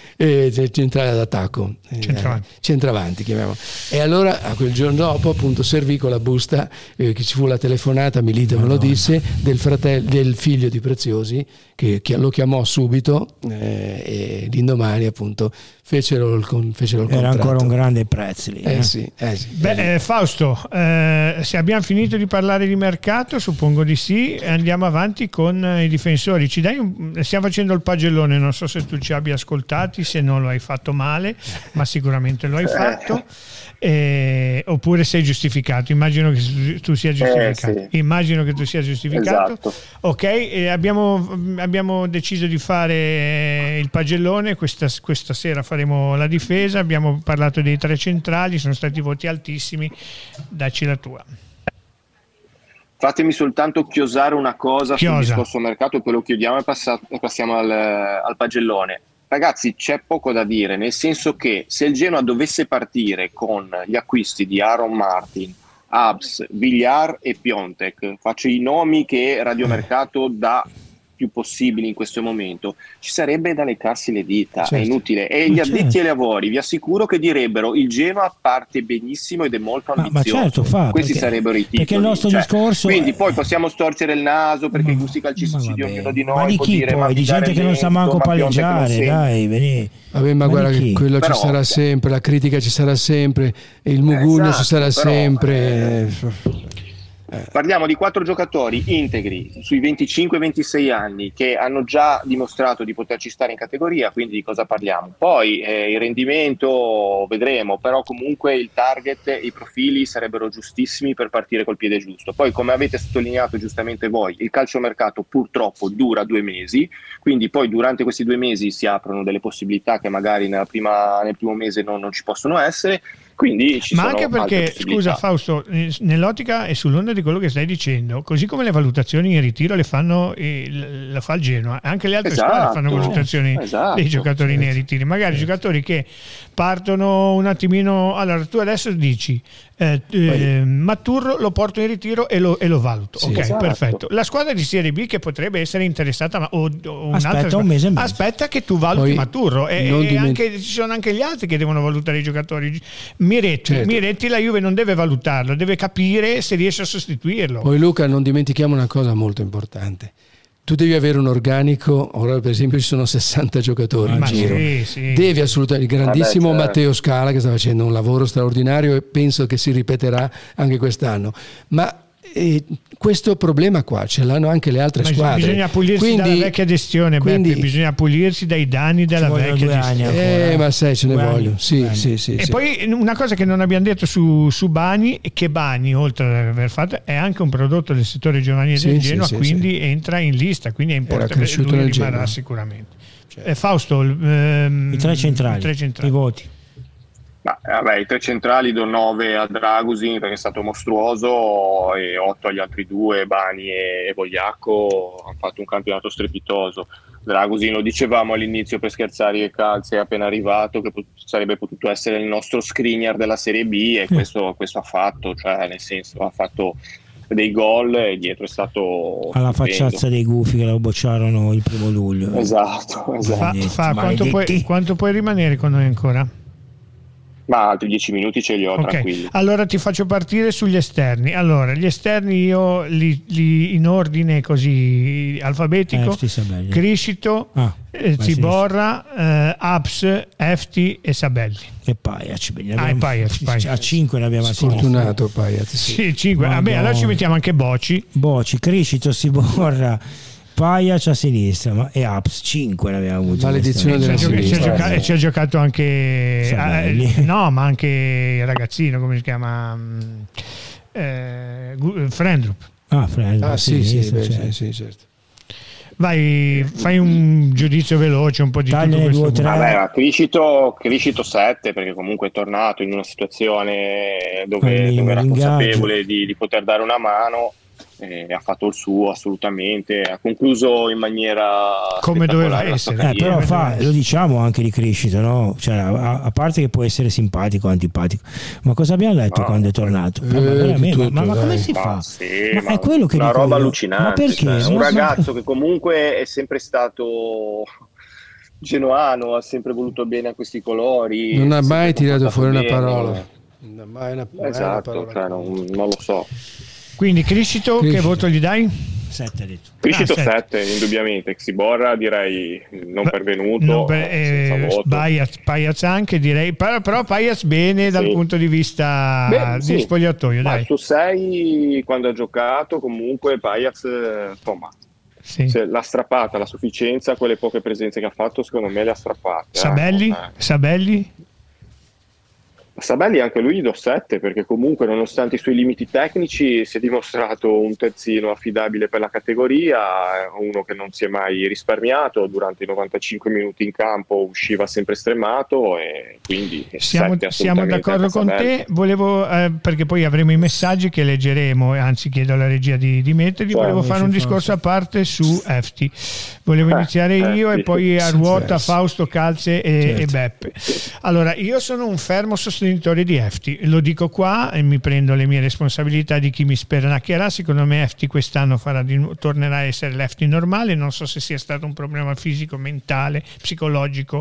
d'attacco, centravanti chiamiamo. E allora a quel giorno dopo appunto servì con la busta, che ci fu la telefonata, Milito me lo disse, del figlio di Preziosi che lo chiamò subito, e l'indomani appunto fecero il contratto. Era ancora un grande prezzo lì. Sì. Beh, Fausto, se abbiamo finito di parlare di mercato, suppongo di sì, andiamo avanti con i difensori. Stiamo facendo il pagellone, non so se tu ci abbia ascoltati, se non lo hai fatto male, ma sicuramente lo hai fatto. Oppure sei giustificato? Immagino che tu sia giustificato. Sì. Immagino che tu sia giustificato. Esatto. Ok, abbiamo deciso di fare il pagellone. Questa sera faremo la difesa. Abbiamo parlato dei 3 centrali, sono stati voti altissimi. Dacci la tua. Fatemi soltanto chiosare una cosa sul discorso mercato, poi lo chiudiamo e passiamo al pagellone. Ragazzi, c'è poco da dire, nel senso che se il Genoa dovesse partire con gli acquisti di Aaron Martin, Abs, Villar e Piontek, faccio i nomi che Radiomercato dà più possibili in questo momento, ci sarebbe da leccarsi le dita, certo. È inutile. E gli addetti ai lavori vi assicuro che direbbero il Genoa parte benissimo ed è molto ambizioso. Certo, questi sarebbero i titoli. Perché il nostro discorso quindi poi possiamo storcere il naso perché i gusti calcistici di ognuno di noi, ma di chi dire, poi? Di gente che non sa manco palleggiare, dai, veni. Vabbè, ma guarda che quello ci sarà sempre, la critica ci sarà sempre, il mugugno ci sarà sempre. Parliamo di 4 giocatori integri sui 25-26 anni che hanno già dimostrato di poterci stare in categoria, quindi di cosa parliamo? Poi il rendimento vedremo, però comunque il target e i profili sarebbero giustissimi per partire col piede giusto. Poi, come avete sottolineato giustamente voi, il calciomercato purtroppo dura 2 mesi, quindi poi durante questi 2 mesi si aprono delle possibilità che magari nel primo mese non ci possono essere. Quindi ci ma anche perché, scusa Fausto, nell'ottica e sull'onda di quello che stai dicendo, così come le valutazioni in ritiro le fanno la fa il Genoa, anche le altre squadre fanno valutazioni dei giocatori in ritiro, magari giocatori che partono un attimino. Allora tu adesso dici Maturro lo porto in ritiro e lo valuto, perfetto. La squadra di Serie B che potrebbe essere interessata o un'altra un mese aspetta che tu valuti Maturro e anche, ci sono anche gli altri che devono valutare i giocatori. Miretti la Juve non deve valutarlo, deve capire se riesce a sostituirlo. Poi Luca, non dimentichiamo una cosa molto importante. Tu devi avere un organico, ora per esempio ci sono 60 giocatori in giro. Devi assolutamente, il grandissimo Matteo Scala che sta facendo un lavoro straordinario e penso che si ripeterà anche quest'anno. Ma questo problema qua ce l'hanno anche le altre squadre. Bisogna pulirsi dalla vecchia gestione, bisogna pulirsi dai danni della vecchia gestione. Ma sai, ce ne voglio. Sì. Poi una cosa che non abbiamo detto su Bani è che Bani, oltre ad aver fatto, è anche un prodotto del settore giovanile del Genoa, quindi entra in lista, quindi è importante, lui rimarrà Genoa sicuramente. Fausto, i 3 centrali, i voti. I 3 centrali do 9 a Dragusin perché è stato mostruoso e 8 agli altri 2, Bani e Vogliacco. Hanno fatto un campionato strepitoso. Dragusin, lo dicevamo all'inizio per scherzare, che Calzi è appena arrivato, che sarebbe potuto essere il nostro Skriniar della Serie B e questo ha fatto, cioè nel senso ha fatto dei gol e dietro è stato alla facciazza dei gufi che lo bocciarono il 1 luglio. Esatto. Quanto puoi rimanere con noi ancora? Ma altri 10 minuti ce li ho, tranquilli. Allora ti faccio partire sugli esterni. Allora, gli esterni io li in ordine così alfabetico: Criscito, Ziborra, Abs, Efti e Sabelli. E Pajac, a 5 ne abbiamo sfortunato Pajac. Sì, 5. Allora ci mettiamo anche Boci, Criscito, Ziborra, Pajac a sinistra e Abs 5 ne abbiamo avuto. Maledizione della sinistra. E ci ha giocato anche ma anche il ragazzino, come si chiama, Frendrup. Sì, certo. Vai, fai un giudizio veloce, un po' di tutto questo. Vabbè, Criscito 7 perché comunque è tornato in una situazione dove era consapevole di poter dare una mano. ha fatto il suo assolutamente, ha concluso in maniera come doveva essere, però lo diciamo anche di crescita, no? Cioè, a parte che può essere simpatico o antipatico, ma cosa abbiamo detto quando è tornato? Ma come si fa? Sì, ma è quello che una dico roba io. allucinante, Ma perché? Cioè, un ragazzo che comunque è sempre stato genoano, ha sempre voluto bene a questi colori, non ha mai tirato fuori una parola. Non ha mai esatto, cioè, non lo so. Quindi Criscito, che voto gli dai? 7 ha detto. Criscito 7, indubbiamente. Xiborra direi non pervenuto, senza voto. Pagliaz anche direi, però Pagliaz bene dal punto di vista di spogliatoio. Ma dai. su 6 quando ha giocato comunque Pagliaz, insomma, se l'ha strappata la sufficienza, quelle poche presenze che ha fatto secondo me le ha strappate. Sabelli? Sabelli anche lui gli do 7, perché comunque nonostante i suoi limiti tecnici si è dimostrato un terzino affidabile per la categoria, uno che non si è mai risparmiato, durante i 95 minuti in campo usciva sempre stremato, e quindi siamo d'accordo con te. Volevo perché poi avremo i messaggi che leggeremo, anzi chiedo alla regia di metterli. Volevo fare un discorso a parte su Efti. Volevo iniziare io e poi a ruota Fausto, Calze e Beppe. Allora, io sono un fermo sostenitore di Efti, lo dico qua e mi prendo le mie responsabilità di chi mi spernacchierà. Secondo me Efti quest'anno tornerà a essere l'Efti normale. Non so se sia stato un problema fisico, mentale, psicologico,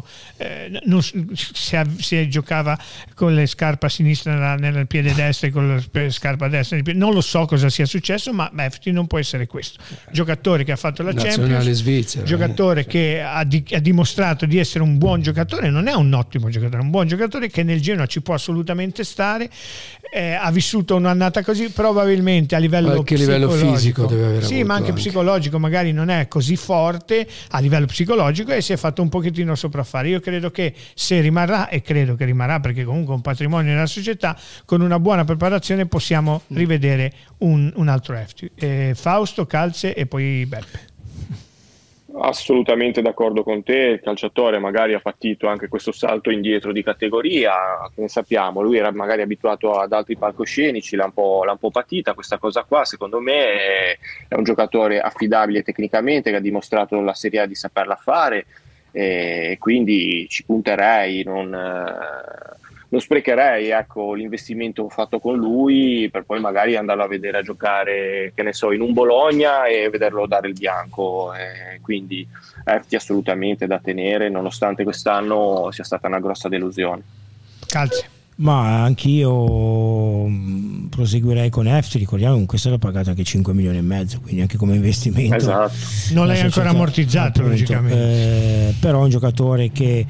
se giocava con le scarpe a sinistra nel piede destro e con la scarpa a destra, non lo so cosa sia successo, ma Efti non può essere questo. Giocatore che ha fatto la Champions, Svizzera, giocatore che ha dimostrato di essere un buon giocatore, non è un ottimo giocatore, è un buon giocatore che nel Genoa ci può assolutamente stare. Ha vissuto un'annata così, probabilmente a livello fisico deve avere ma anche psicologico magari non è così forte a livello psicologico, e si è fatto un pochettino sopraffare. Io credo che se rimarrà, e credo che rimarrà perché comunque è un patrimonio nella società, con una buona preparazione possiamo rivedere un altro Efti. Fausto, Calze e poi Beppe. Assolutamente d'accordo con te. Il calciatore magari ha patito anche questo salto indietro di categoria, ne sappiamo, lui era magari abituato ad altri palcoscenici, l'ha un po' patita questa cosa qua. Secondo me è un giocatore affidabile tecnicamente, che ha dimostrato la Serie A di saperla fare, e quindi ci punterei, non sprecherei l'investimento fatto con lui per poi magari andarlo a vedere a giocare, che ne so, in un Bologna e vederlo dare il bianco, quindi Efti assolutamente da tenere, nonostante quest'anno sia stata una grossa delusione. Calze. Ma anch'io proseguirei con Efti. Ricordiamo che questa l'ho pagata anche 5 milioni e mezzo, quindi anche come investimento. Esatto. Non l'hai ancora ammortizzato, appunto, logicamente. Però è un giocatore che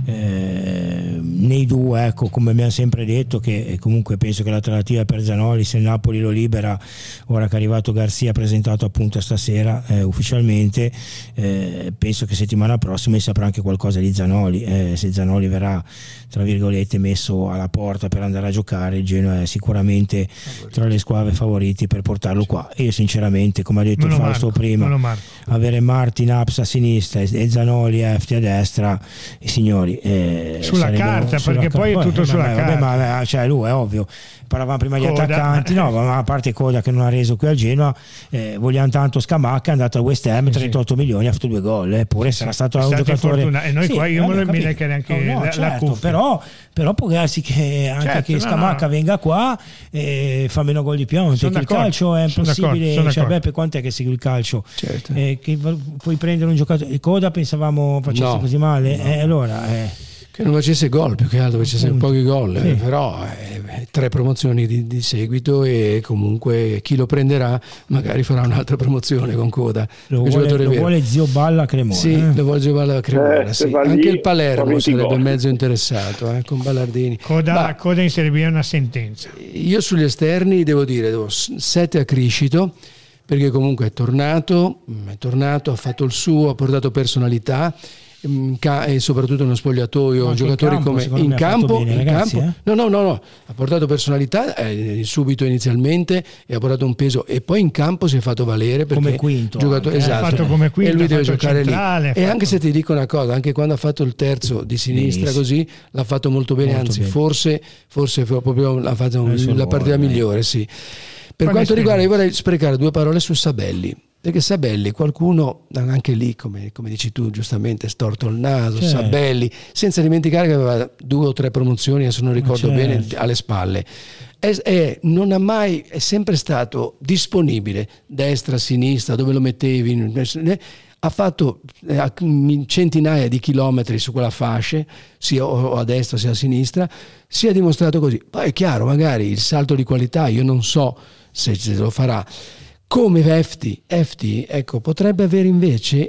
nei due, come abbiamo sempre detto, che comunque penso che l'alternativa per Zanoli, se il Napoli lo libera, ora che è arrivato Garcia presentato appunto stasera ufficialmente, penso che settimana prossima si saprà anche qualcosa di Zanoli. Se Zanoli verrà tra virgolette messo alla porta per andare a giocare, il Genoa è sicuramente tra le squadre favoriti per portarlo qua. E io sinceramente, come ha detto Fausto prima, avere Martin Apps a sinistra e Zanoli e Efti a destra, signori, sulla carta, perché poi è tutto sulla carta. Ma cioè, lui è ovvio, parlavamo prima di attaccanti, no, ma a parte Coda che non ha reso qui al Genoa, vogliamo tanto Scamacca, è andato a West Ham, 38 milioni, ha fatto 2 gol, eppure sarà stato un giocatore e noi qua io me lo leggerei anche la cuffia. Però può darsi che anche che Scamacca venga qua e fa meno gol di Piontek. Il calcio è impossibile, cioè Beppe, quant'è che segui il calcio? Certo. Che puoi prendere un giocatore, Coda pensavamo facesse così male, allora che non facesse gol, più che altro facesse pochi gol, però 3 promozioni di seguito, e comunque chi lo prenderà magari farà un'altra promozione con Coda. Lo vuole zio Balla Cremona. Sì, lo vuole zio Balla Cremona, sì. Anche il Palermo sarebbe mezzo interessato con Ballardini. Coda in Serie B è una sentenza. Io sugli esterni devo 7 a Criscito, perché comunque è tornato, ha fatto il suo, ha portato personalità, e soprattutto uno spogliatoio, giocatori come in campo, no, ha portato personalità subito inizialmente, e ha portato un peso, e poi in campo si è fatto valere perché come quinto, esatto, fatto come quinto, e lui deve giocare centrale, lì. E anche se ti dico una cosa, anche quando ha fatto il terzo di sinistra così l'ha fatto molto bene, anzi forse proprio ha fatto la partita migliore, sì. Per quanto riguarda, io vorrei sprecare 2 parole su Sabelli, perché Sabelli, qualcuno anche lì, come dici tu giustamente, storto il naso, certo. Sabelli, senza dimenticare che aveva 2 o 3 promozioni, adesso non ricordo bene, alle spalle. È sempre stato disponibile, destra, sinistra, dove lo mettevi, ha fatto centinaia di chilometri su quella fascia, sia a destra sia a sinistra, si è dimostrato così. Poi è chiaro, magari il salto di qualità, io non so se lo farà, come Efti, ecco, potrebbe aver invece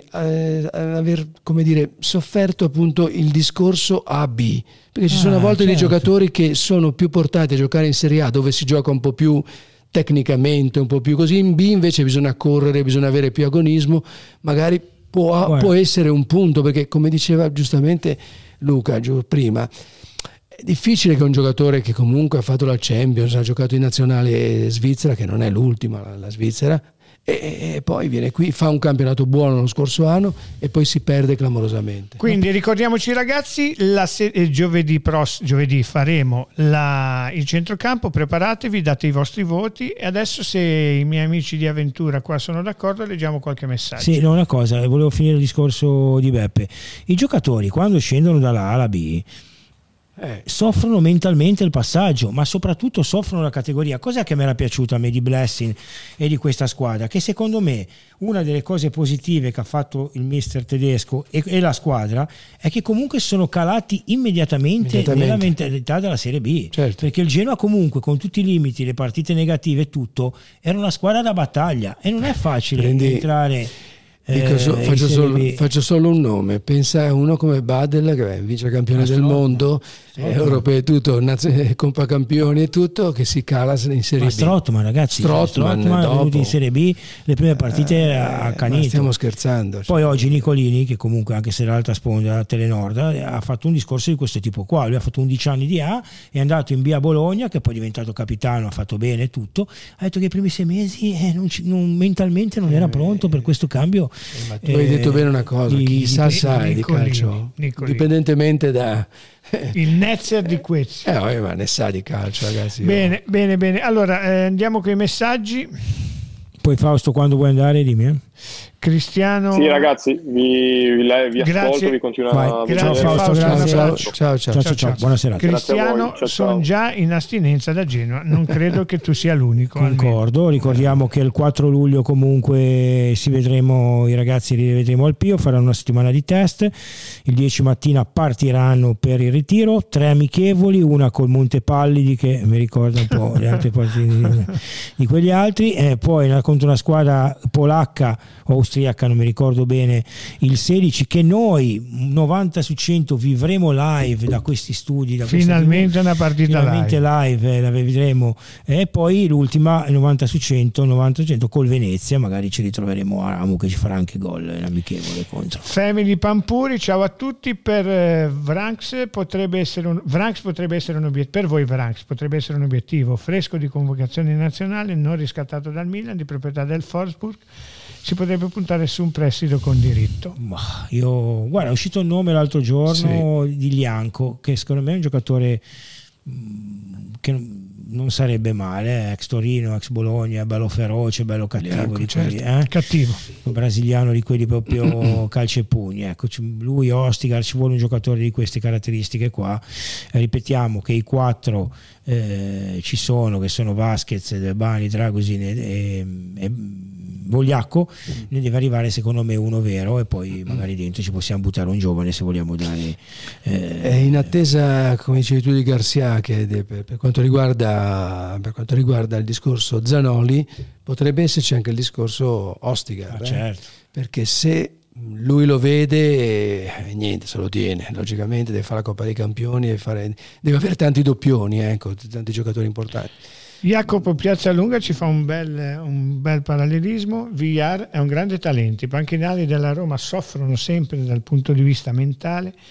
sofferto appunto il discorso A-B, perché ci sono a volte dei giocatori che sono più portati a giocare in Serie A, dove si gioca un po' più tecnicamente, un po' più così. In B invece bisogna correre, bisogna avere più agonismo, magari può essere un punto, perché come diceva giustamente Luca prima, è difficile che un giocatore che comunque ha fatto la Champions, ha giocato in nazionale svizzera, che non è l'ultima la Svizzera, e poi viene qui, fa un campionato buono lo scorso anno e poi si perde clamorosamente. Quindi ricordiamoci ragazzi, giovedì faremo il centrocampo, preparatevi, date i vostri voti, e adesso, se i miei amici di Avventura qua sono d'accordo, leggiamo qualche messaggio. Sì, no, una cosa, volevo finire il discorso di Beppe. I giocatori quando scendono dalla A alla B soffrono mentalmente il passaggio, ma soprattutto soffrono la categoria. Cos'è che mi era piaciuto a me di Blessing e di questa squadra? Che secondo me una delle cose positive che ha fatto il mister tedesco e la squadra è che comunque sono calati immediatamente nella mentalità della Serie B, certo. Perché il Genoa comunque, con tutti i limiti, le partite negative e tutto, era una squadra da battaglia e non è facile entrare. Faccio solo un nome, pensa a uno come Badel, che è vice campione del mondo, europeo e tutto, Coppa Campioni e tutto, che si cala in Serie B. Strootman, ragazzi, Strootman è venuto in Serie B, le prime partite a Canito. Stiamo scherzando. Poi oggi Nicolini, che comunque anche se l'altra sponda Telenord, ha fatto un discorso di questo tipo qua. Lui ha fatto 11 anni di A, è andato in B a Bologna, che poi è diventato capitano, ha fatto bene tutto, ha detto che i primi 6 mesi mentalmente non era pronto per questo cambio. Ma tu hai detto bene una cosa, chissà sai di calcio, indipendentemente da il Netzer di questo, ma ne sa di calcio, ragazzi. Bene. Allora andiamo con i messaggi. Poi Fausto, quando vuoi andare dimmi. Cristiano. Sì ragazzi, vi ascolto, vi continuo a Ciao Fausto, ciao, buona serata. Cristiano, sono già in astinenza da Genova, non credo che tu sia l'unico. Concordo, ricordiamo che il 4 luglio comunque i ragazzi li vedremo al Pio, faranno una settimana di test, il 10 mattina partiranno per il ritiro, 3 amichevoli, una col Montepallidi che mi ricorda un po' le altre partite di quegli altri, poi contro una squadra polacca o austriaca, non mi ricordo bene, il 16, che noi 90 su 100 vivremo live da questi studi, finalmente una partita live la vedremo, e poi l'ultima 90 su 100 col Venezia, magari ci ritroveremo a Ramu che ci farà anche gol l'amichevole contro Family Pampuri. Ciao a tutti. Per Vranks potrebbe essere un obiettivo, per voi Vranks potrebbe essere un obiettivo fresco di convocazione nazionale, non riscattato dal Milan, di proprietà del Wolfsburg. Si potrebbe puntare su un prestito con diritto. Guarda, è uscito il nome l'altro giorno di Lianco, che secondo me è un giocatore che non sarebbe male, ex Torino, ex Bologna, bello feroce, bello cattivo, Lianco, di certo. quelli, cattivo, un brasiliano di quelli proprio calcio e pugni, ecco, lui, Ostigar, ci vuole un giocatore di queste caratteristiche qua. Ripetiamo che i 4 ci sono, che sono Vasquez, Bani, Dragosin e Vogliacco, ne deve arrivare secondo me uno vero, e poi magari dentro ci possiamo buttare un giovane se vogliamo dare. È in attesa, come dicevi tu, di Garcia, che per quanto riguarda il discorso Zanoli, potrebbe esserci anche il discorso Ostigar, certo. Perché se lui lo vede, niente, se lo tiene, logicamente deve fare la Coppa dei Campioni, deve avere tanti doppioni, tanti giocatori importanti. Jacopo Piazzalunga ci fa un bel parallelismo. Villar è un grande talento, i panchinari della Roma soffrono sempre dal punto di vista mentale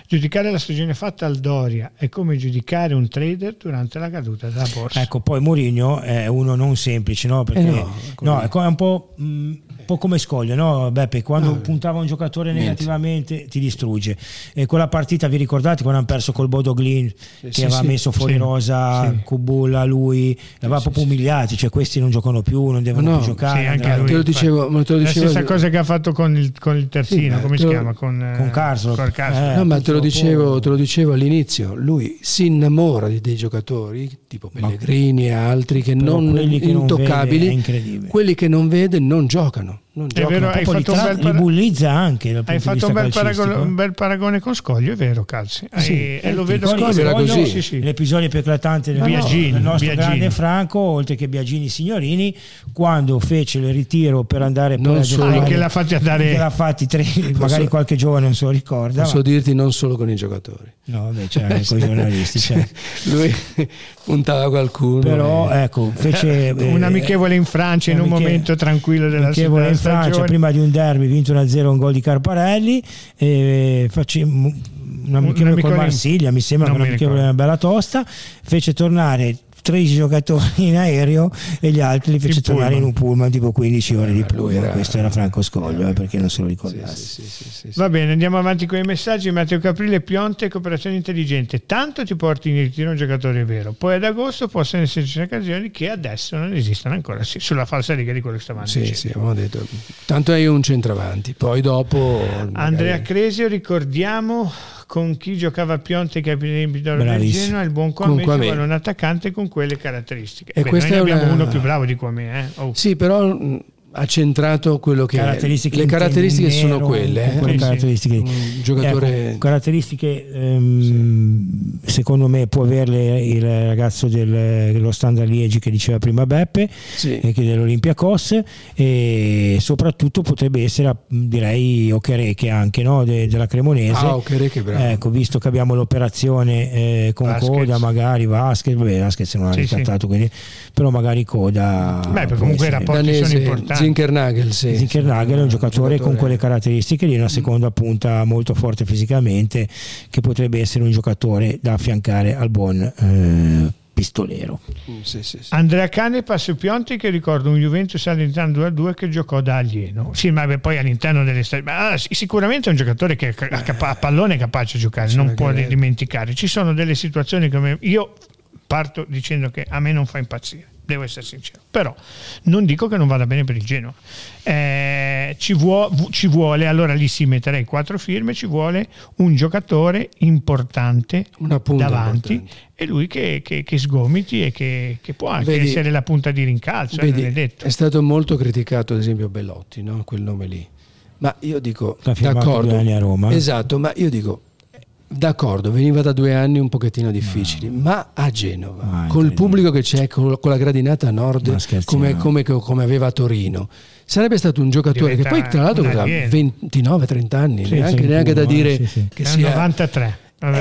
Giudicare la stagione fatta al Doria è come giudicare un trader durante la caduta della borsa. Ecco, poi Mourinho è uno non semplice, no? Perché è un po' come Scoglio, no? Beppe, quando puntava un giocatore negativamente ti distrugge. E quella partita, vi ricordate quando hanno perso col Bodo Glimt, che aveva messo fuori rosa, Kubulla, lui, l'aveva proprio umiliati, cioè questi non giocano più, non devono più giocare. Anche lui, te lo dicevo, la stessa cosa che ha fatto con il terzino, come si chiama? Con Karsdorp. No, ma te lo dicevo all'inizio, lui si innamora dei giocatori tipo Pellegrini e altri che non intoccabili, quelli che non vede non giocano. È vero, li bullizza anche. Hai fatto un bel paragone con Scoglio, è vero, Calzi. Lo vedo Scoglio era così. Sì. L'episodio più eclatante del nostro grande Franco, oltre che Biagini Signorini, quando fece il ritiro per andare non a giocare, che l'ha fatti andare, che l'ha fatti tre, magari qualche giovane non se lo ricorda. Posso dirti non solo con i giocatori. No, vabbè, c'era con i giornalisti. Lui puntava qualcuno. Però ecco, fece un amichevole in Francia in un momento tranquillo della stagione. Francia, prima di un derby vinto 1-0 un gol di Carparelli, e facemmo un amichevole con Marsiglia, mi sembra che una bella tosta, fece tornare 13 giocatori in aereo e gli altri li fece tornare in un pullman tipo 15 ore di pullman. Questo era Franco Scoglio, perché non se lo ricordasse. Sì. Va bene, andiamo avanti con i messaggi. Matteo Caprile: Piontek, cooperazione intelligente, tanto ti porti in ritiro un giocatore vero, poi ad agosto possono esserci occasioni che adesso non esistono ancora, sulla falsa riga di quello che stavamo dicendo. Sì, abbiamo detto, tanto hai un centravanti, poi dopo Andrea Cresio, ricordiamo con chi giocava Piontek ai primi del Genoa, il buon Kwame vuole un attaccante con quelle caratteristiche. E noi ne abbiamo uno più bravo di Kwame, Sì, però ha centrato quello che le caratteristiche sono quelle, caratteristiche. Un giocatore caratteristiche secondo me può averle il ragazzo dello Standard Liegi che diceva prima Beppe, che dell'Olympiacos, e soprattutto potrebbe essere, direi, Okereke anche, no? Della Cremonese. Okereke, bravo. Ecco, visto che abbiamo l'operazione con Vasquez. Coda, magari Vasquez non ha riscattato, quindi, però magari Coda. Perché comunque i rapporti sono importanti. Zinkernagel è un giocatore con quelle caratteristiche di una seconda punta molto forte fisicamente, che potrebbe essere un giocatore da affiancare al buon pistolero. Sì. Andrea Canepa su Piontek, che ricordo un Juventus all'interno 2-2 che giocò da alieno. Sì, ma poi all'interno delle sicuramente è un giocatore che a pallone è capace di giocare, non può dimenticare. Ci sono delle situazioni come io parto dicendo che a me non fa impazzire, devo essere sincero, però non dico che non vada bene per il Genoa. Ci vuole, allora lì si metterei 4 firme, ci vuole un giocatore importante davanti importante. E lui che sgomiti e che può anche essere la punta di rincalzo. È stato molto criticato ad esempio Belotti, no? Quel nome lì, ma io dico d'accordo, 2 anni a Roma. Esatto, ma io dico d'accordo, veniva da 2 anni un pochettino difficili, ma a Genova, col pubblico che c'è, con la gradinata a nord, come aveva a Torino, sarebbe stato un giocatore che poi tra l'altro aveva 29-30 anni, neanche da dire che sia 93.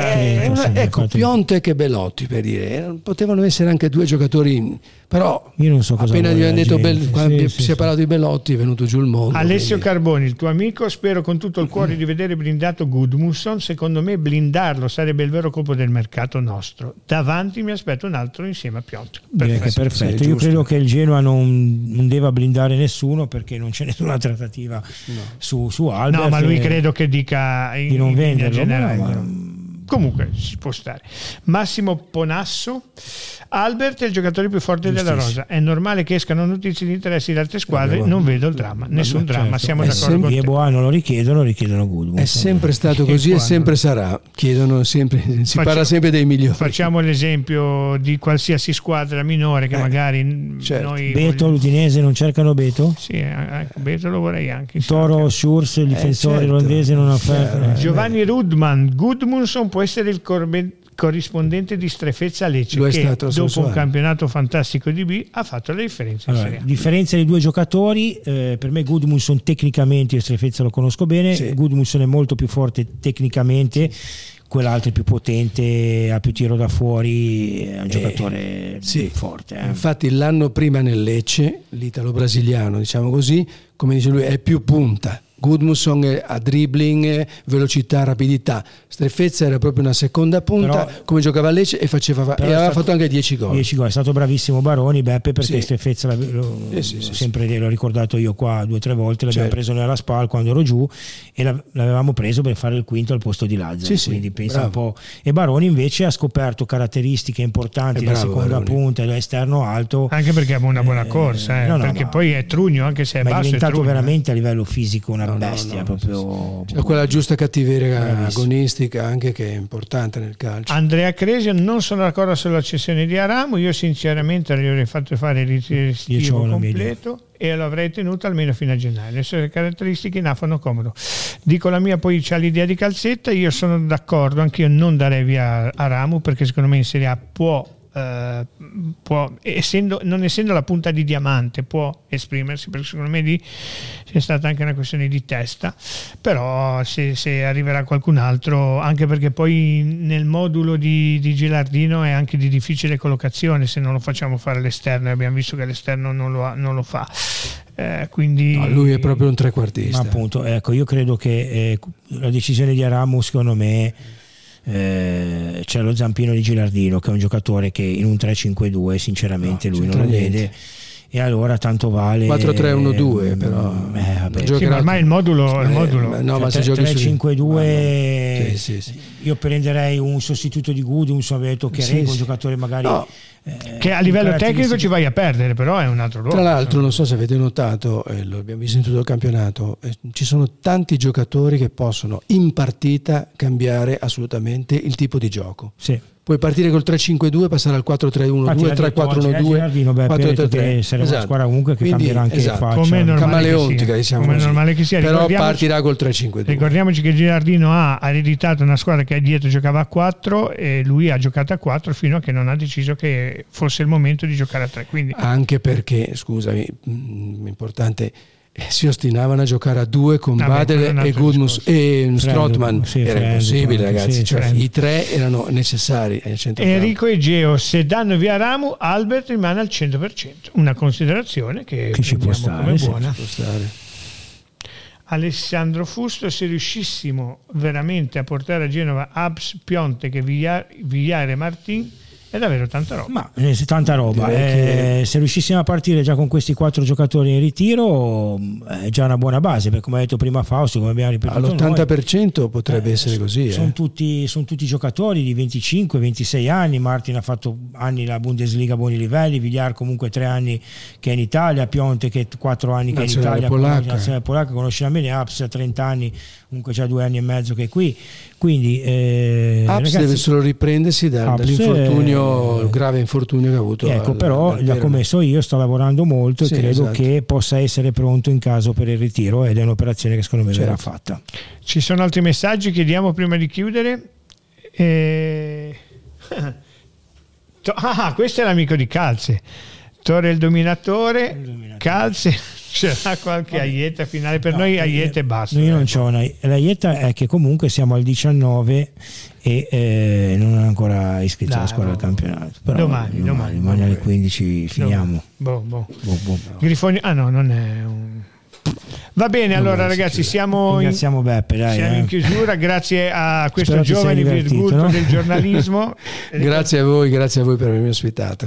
Ecco, Piontek e Belotti, per dire, potevano essere anche 2 giocatori, però io non so cosa appena gli hanno detto quando si è parlato di Belotti è venuto giù il mondo. Alessio Carboni, il tuo amico: spero con tutto il cuore di vedere blindato Gudmundsson. Secondo me blindarlo sarebbe il vero colpo del mercato nostro. Davanti mi aspetto un altro insieme a Piontek. Perfetto. Io credo che il Genoa non deva blindare nessuno, perché non c'è nessuna trattativa su Albert. No, ma lui credo che dica di non venderlo. Comunque si può stare. Massimo Ponasso: Albert è il giocatore più forte della rosa, è normale che escano notizie di interessi da altre squadre, non vedo il dramma, nessun dramma, siamo d'accordo con te. Boano lo richiedono Gudmundsson. È sempre stato così e sempre sarà, chiedono sempre, parla sempre dei migliori. Facciamo l'esempio di qualsiasi squadra minore che magari noi Beto, l'Udinese non cercano Beto? Sì, Beto lo vorrei anche. Toro Schurz, il difensore irlandese, non ha Giovanni Rudman: Gudmundsson può essere il corrispondente di Strefezza Lecce, che dopo un campionato fantastico di B ha fatto la differenza. Differenza dei 2 giocatori, per me Gudmundsson tecnicamente, io Strefezza lo conosco bene, Gudmundsson è molto più forte tecnicamente, quell'altro è più potente, ha più tiro da fuori, è un giocatore forte. Infatti l'anno prima nel Lecce, l'italo-brasiliano, diciamo così, come dice lui, è più punta Gudmundsson a dribbling, velocità, rapidità. Strefezza era proprio una seconda punta, però, come giocava a Lecce e aveva fatto anche 10 gol. 10 gol. È stato bravissimo Baroni, Beppe, perché Strefezza sempre l'ho ricordato io qua 2 o 3 volte, l'abbiamo preso nella SPAL quando ero giù e l'avevamo preso per fare il quinto al posto di Lazzaro, quindi pensa un po'. E Baroni invece ha scoperto caratteristiche importanti, la seconda punta, l'esterno alto, anche perché ha una buona corsa, perché poi è trugno, anche se è basso, è diventato trugno, veramente a livello fisico una bestia, proprio c'è quella giusta cattiveria agonistica anche, che è importante nel calcio. Andrea Cresio: non sono d'accordo sulla cessione di Aramu, io sinceramente gli avrei fatto fare il ritiro estivo completo e lo avrei tenuto almeno fino a gennaio. Le sue caratteristiche fanno comodo. Dico la mia, poi c'ha l'idea di Calzetta. Io sono d'accordo, anch'io non darei via Aramu, perché secondo me in Serie A può non essendo la punta di diamante, può esprimersi, perché secondo me lì c'è stata anche una questione di testa. Però se arriverà qualcun altro, anche perché poi nel modulo di Gilardino è anche di difficile collocazione se non lo facciamo fare all'esterno, abbiamo visto che l'esterno non lo fa, quindi lui è proprio un trequartista. Ma appunto, ecco, io credo che la decisione di Aramu, secondo me, c'è lo zampino di Gilardino, che è un giocatore che in un 3-5-2 sinceramente lui non lo vede, e allora tanto vale 4-3-1-2, però sì, ma ormai il modulo no, ma se giochi 3-5-2 io prenderei un sostituto di Gudmundsson, avevo detto che un giocatore magari che a livello tecnico ci vai a perdere, però è un altro ruolo. Tra l'altro, non so se avete notato, lo abbiamo visto in tutto il campionato, ci sono tanti giocatori che possono in partita cambiare assolutamente il tipo di gioco. Puoi partire col 3-5-2, passare al 4-3-1-2, 3-4-1-2, 4-3-3. Sarà una squadra comunque che cambierà anche faccia, come camaleontica, diciamo così. Normale che sia. Però partirà col 3-5-2. Ricordiamoci che Gilardino ha ereditato una squadra che dietro giocava a 4 e lui ha giocato a 4 fino a che non ha deciso che fosse il momento di giocare a 3. Quindi anche perché, scusami, importante, si ostinavano a giocare a 2 con Badel e Gudmundsson e Strootman. Era impossibile, ragazzi, i 3 erano necessari. Enrico Egeo: se danno via Aramu, Albert rimane al 100%, una considerazione che ci può stare, come buona. Può stare. Alessandro Fusto: se riuscissimo veramente a portare a Genova Abs, Piontek, Villar e Martin, è davvero tanta roba. Ma tanta roba. Se riuscissimo a partire già con questi 4 giocatori in ritiro è già una buona base, perché come ha detto prima Fausto, come abbiamo ripetuto all'80% noi, potrebbe essere così. Sono tutti giocatori di 25-26 anni. Martin ha fatto anni la Bundesliga a buoni livelli, Villar comunque 3 anni che è in Italia, Piontek che 4 anni che è in Italia, nazionale polacca, conosce bene. Abs a 30 anni, comunque già 2 anni e mezzo che è qui, quindi Abs ragazzi, deve solo riprendersi dall'infortunio, il grave infortunio che ha avuto. Ecco, però come so io sto lavorando molto e credo che possa essere pronto in caso per il ritiro, ed è un'operazione che secondo me verrà fatta. Ci sono altri messaggi che diamo prima di chiudere? Questo è l'amico di Calze, Torre il dominatore. Calze, c'era qualche aietta finale per noi? Aietta e basta. Io non c'ho l'aietta, è che comunque siamo al 19 e non è ancora iscritto alla squadra del campionato. Però domani alle 15 finiamo. Grifoni, non è un... Va bene, allora ragazzi, ringraziamo Beppe, siamo in chiusura, grazie a questo giovane virgulto del giornalismo. Grazie a voi per avermi ospitato.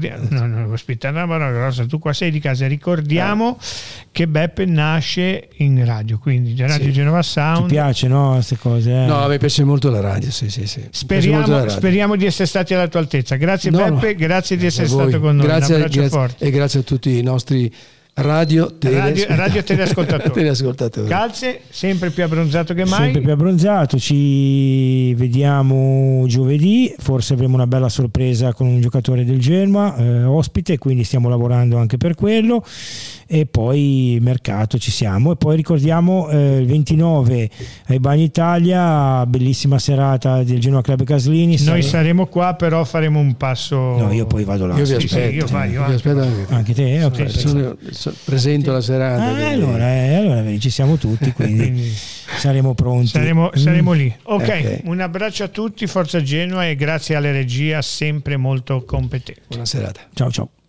Tu qua sei di casa. Ricordiamo che Beppe nasce in radio, quindi Radio Genova Sound. Ti piace, no, queste cose? No, mi piace molto la radio, sì. Speriamo di essere stati alla tua altezza. Grazie Beppe, grazie di essere stato con noi. Un abbraccio forte. E grazie a tutti i nostri radio teleascoltatori. Calze, sempre più abbronzato che mai. Sempre più abbronzato. Ci vediamo giovedì, forse avremo una bella sorpresa con un giocatore del Genoa ospite, quindi stiamo lavorando anche per quello. E poi mercato ci siamo, e poi ricordiamo il 29 ai Bagni Italia, bellissima serata del Genoa Club Caslini. Noi saremo qua, però faremo un passo. No, io poi vado là. Io vi aspetto. Io aspetto anche te. Okay. Presento la serata. Allora ci siamo tutti, quindi saremo pronti. Saremo lì. Ok, un abbraccio a tutti, forza Genoa, e grazie alle regia sempre molto competenti. Buona serata. Ciao.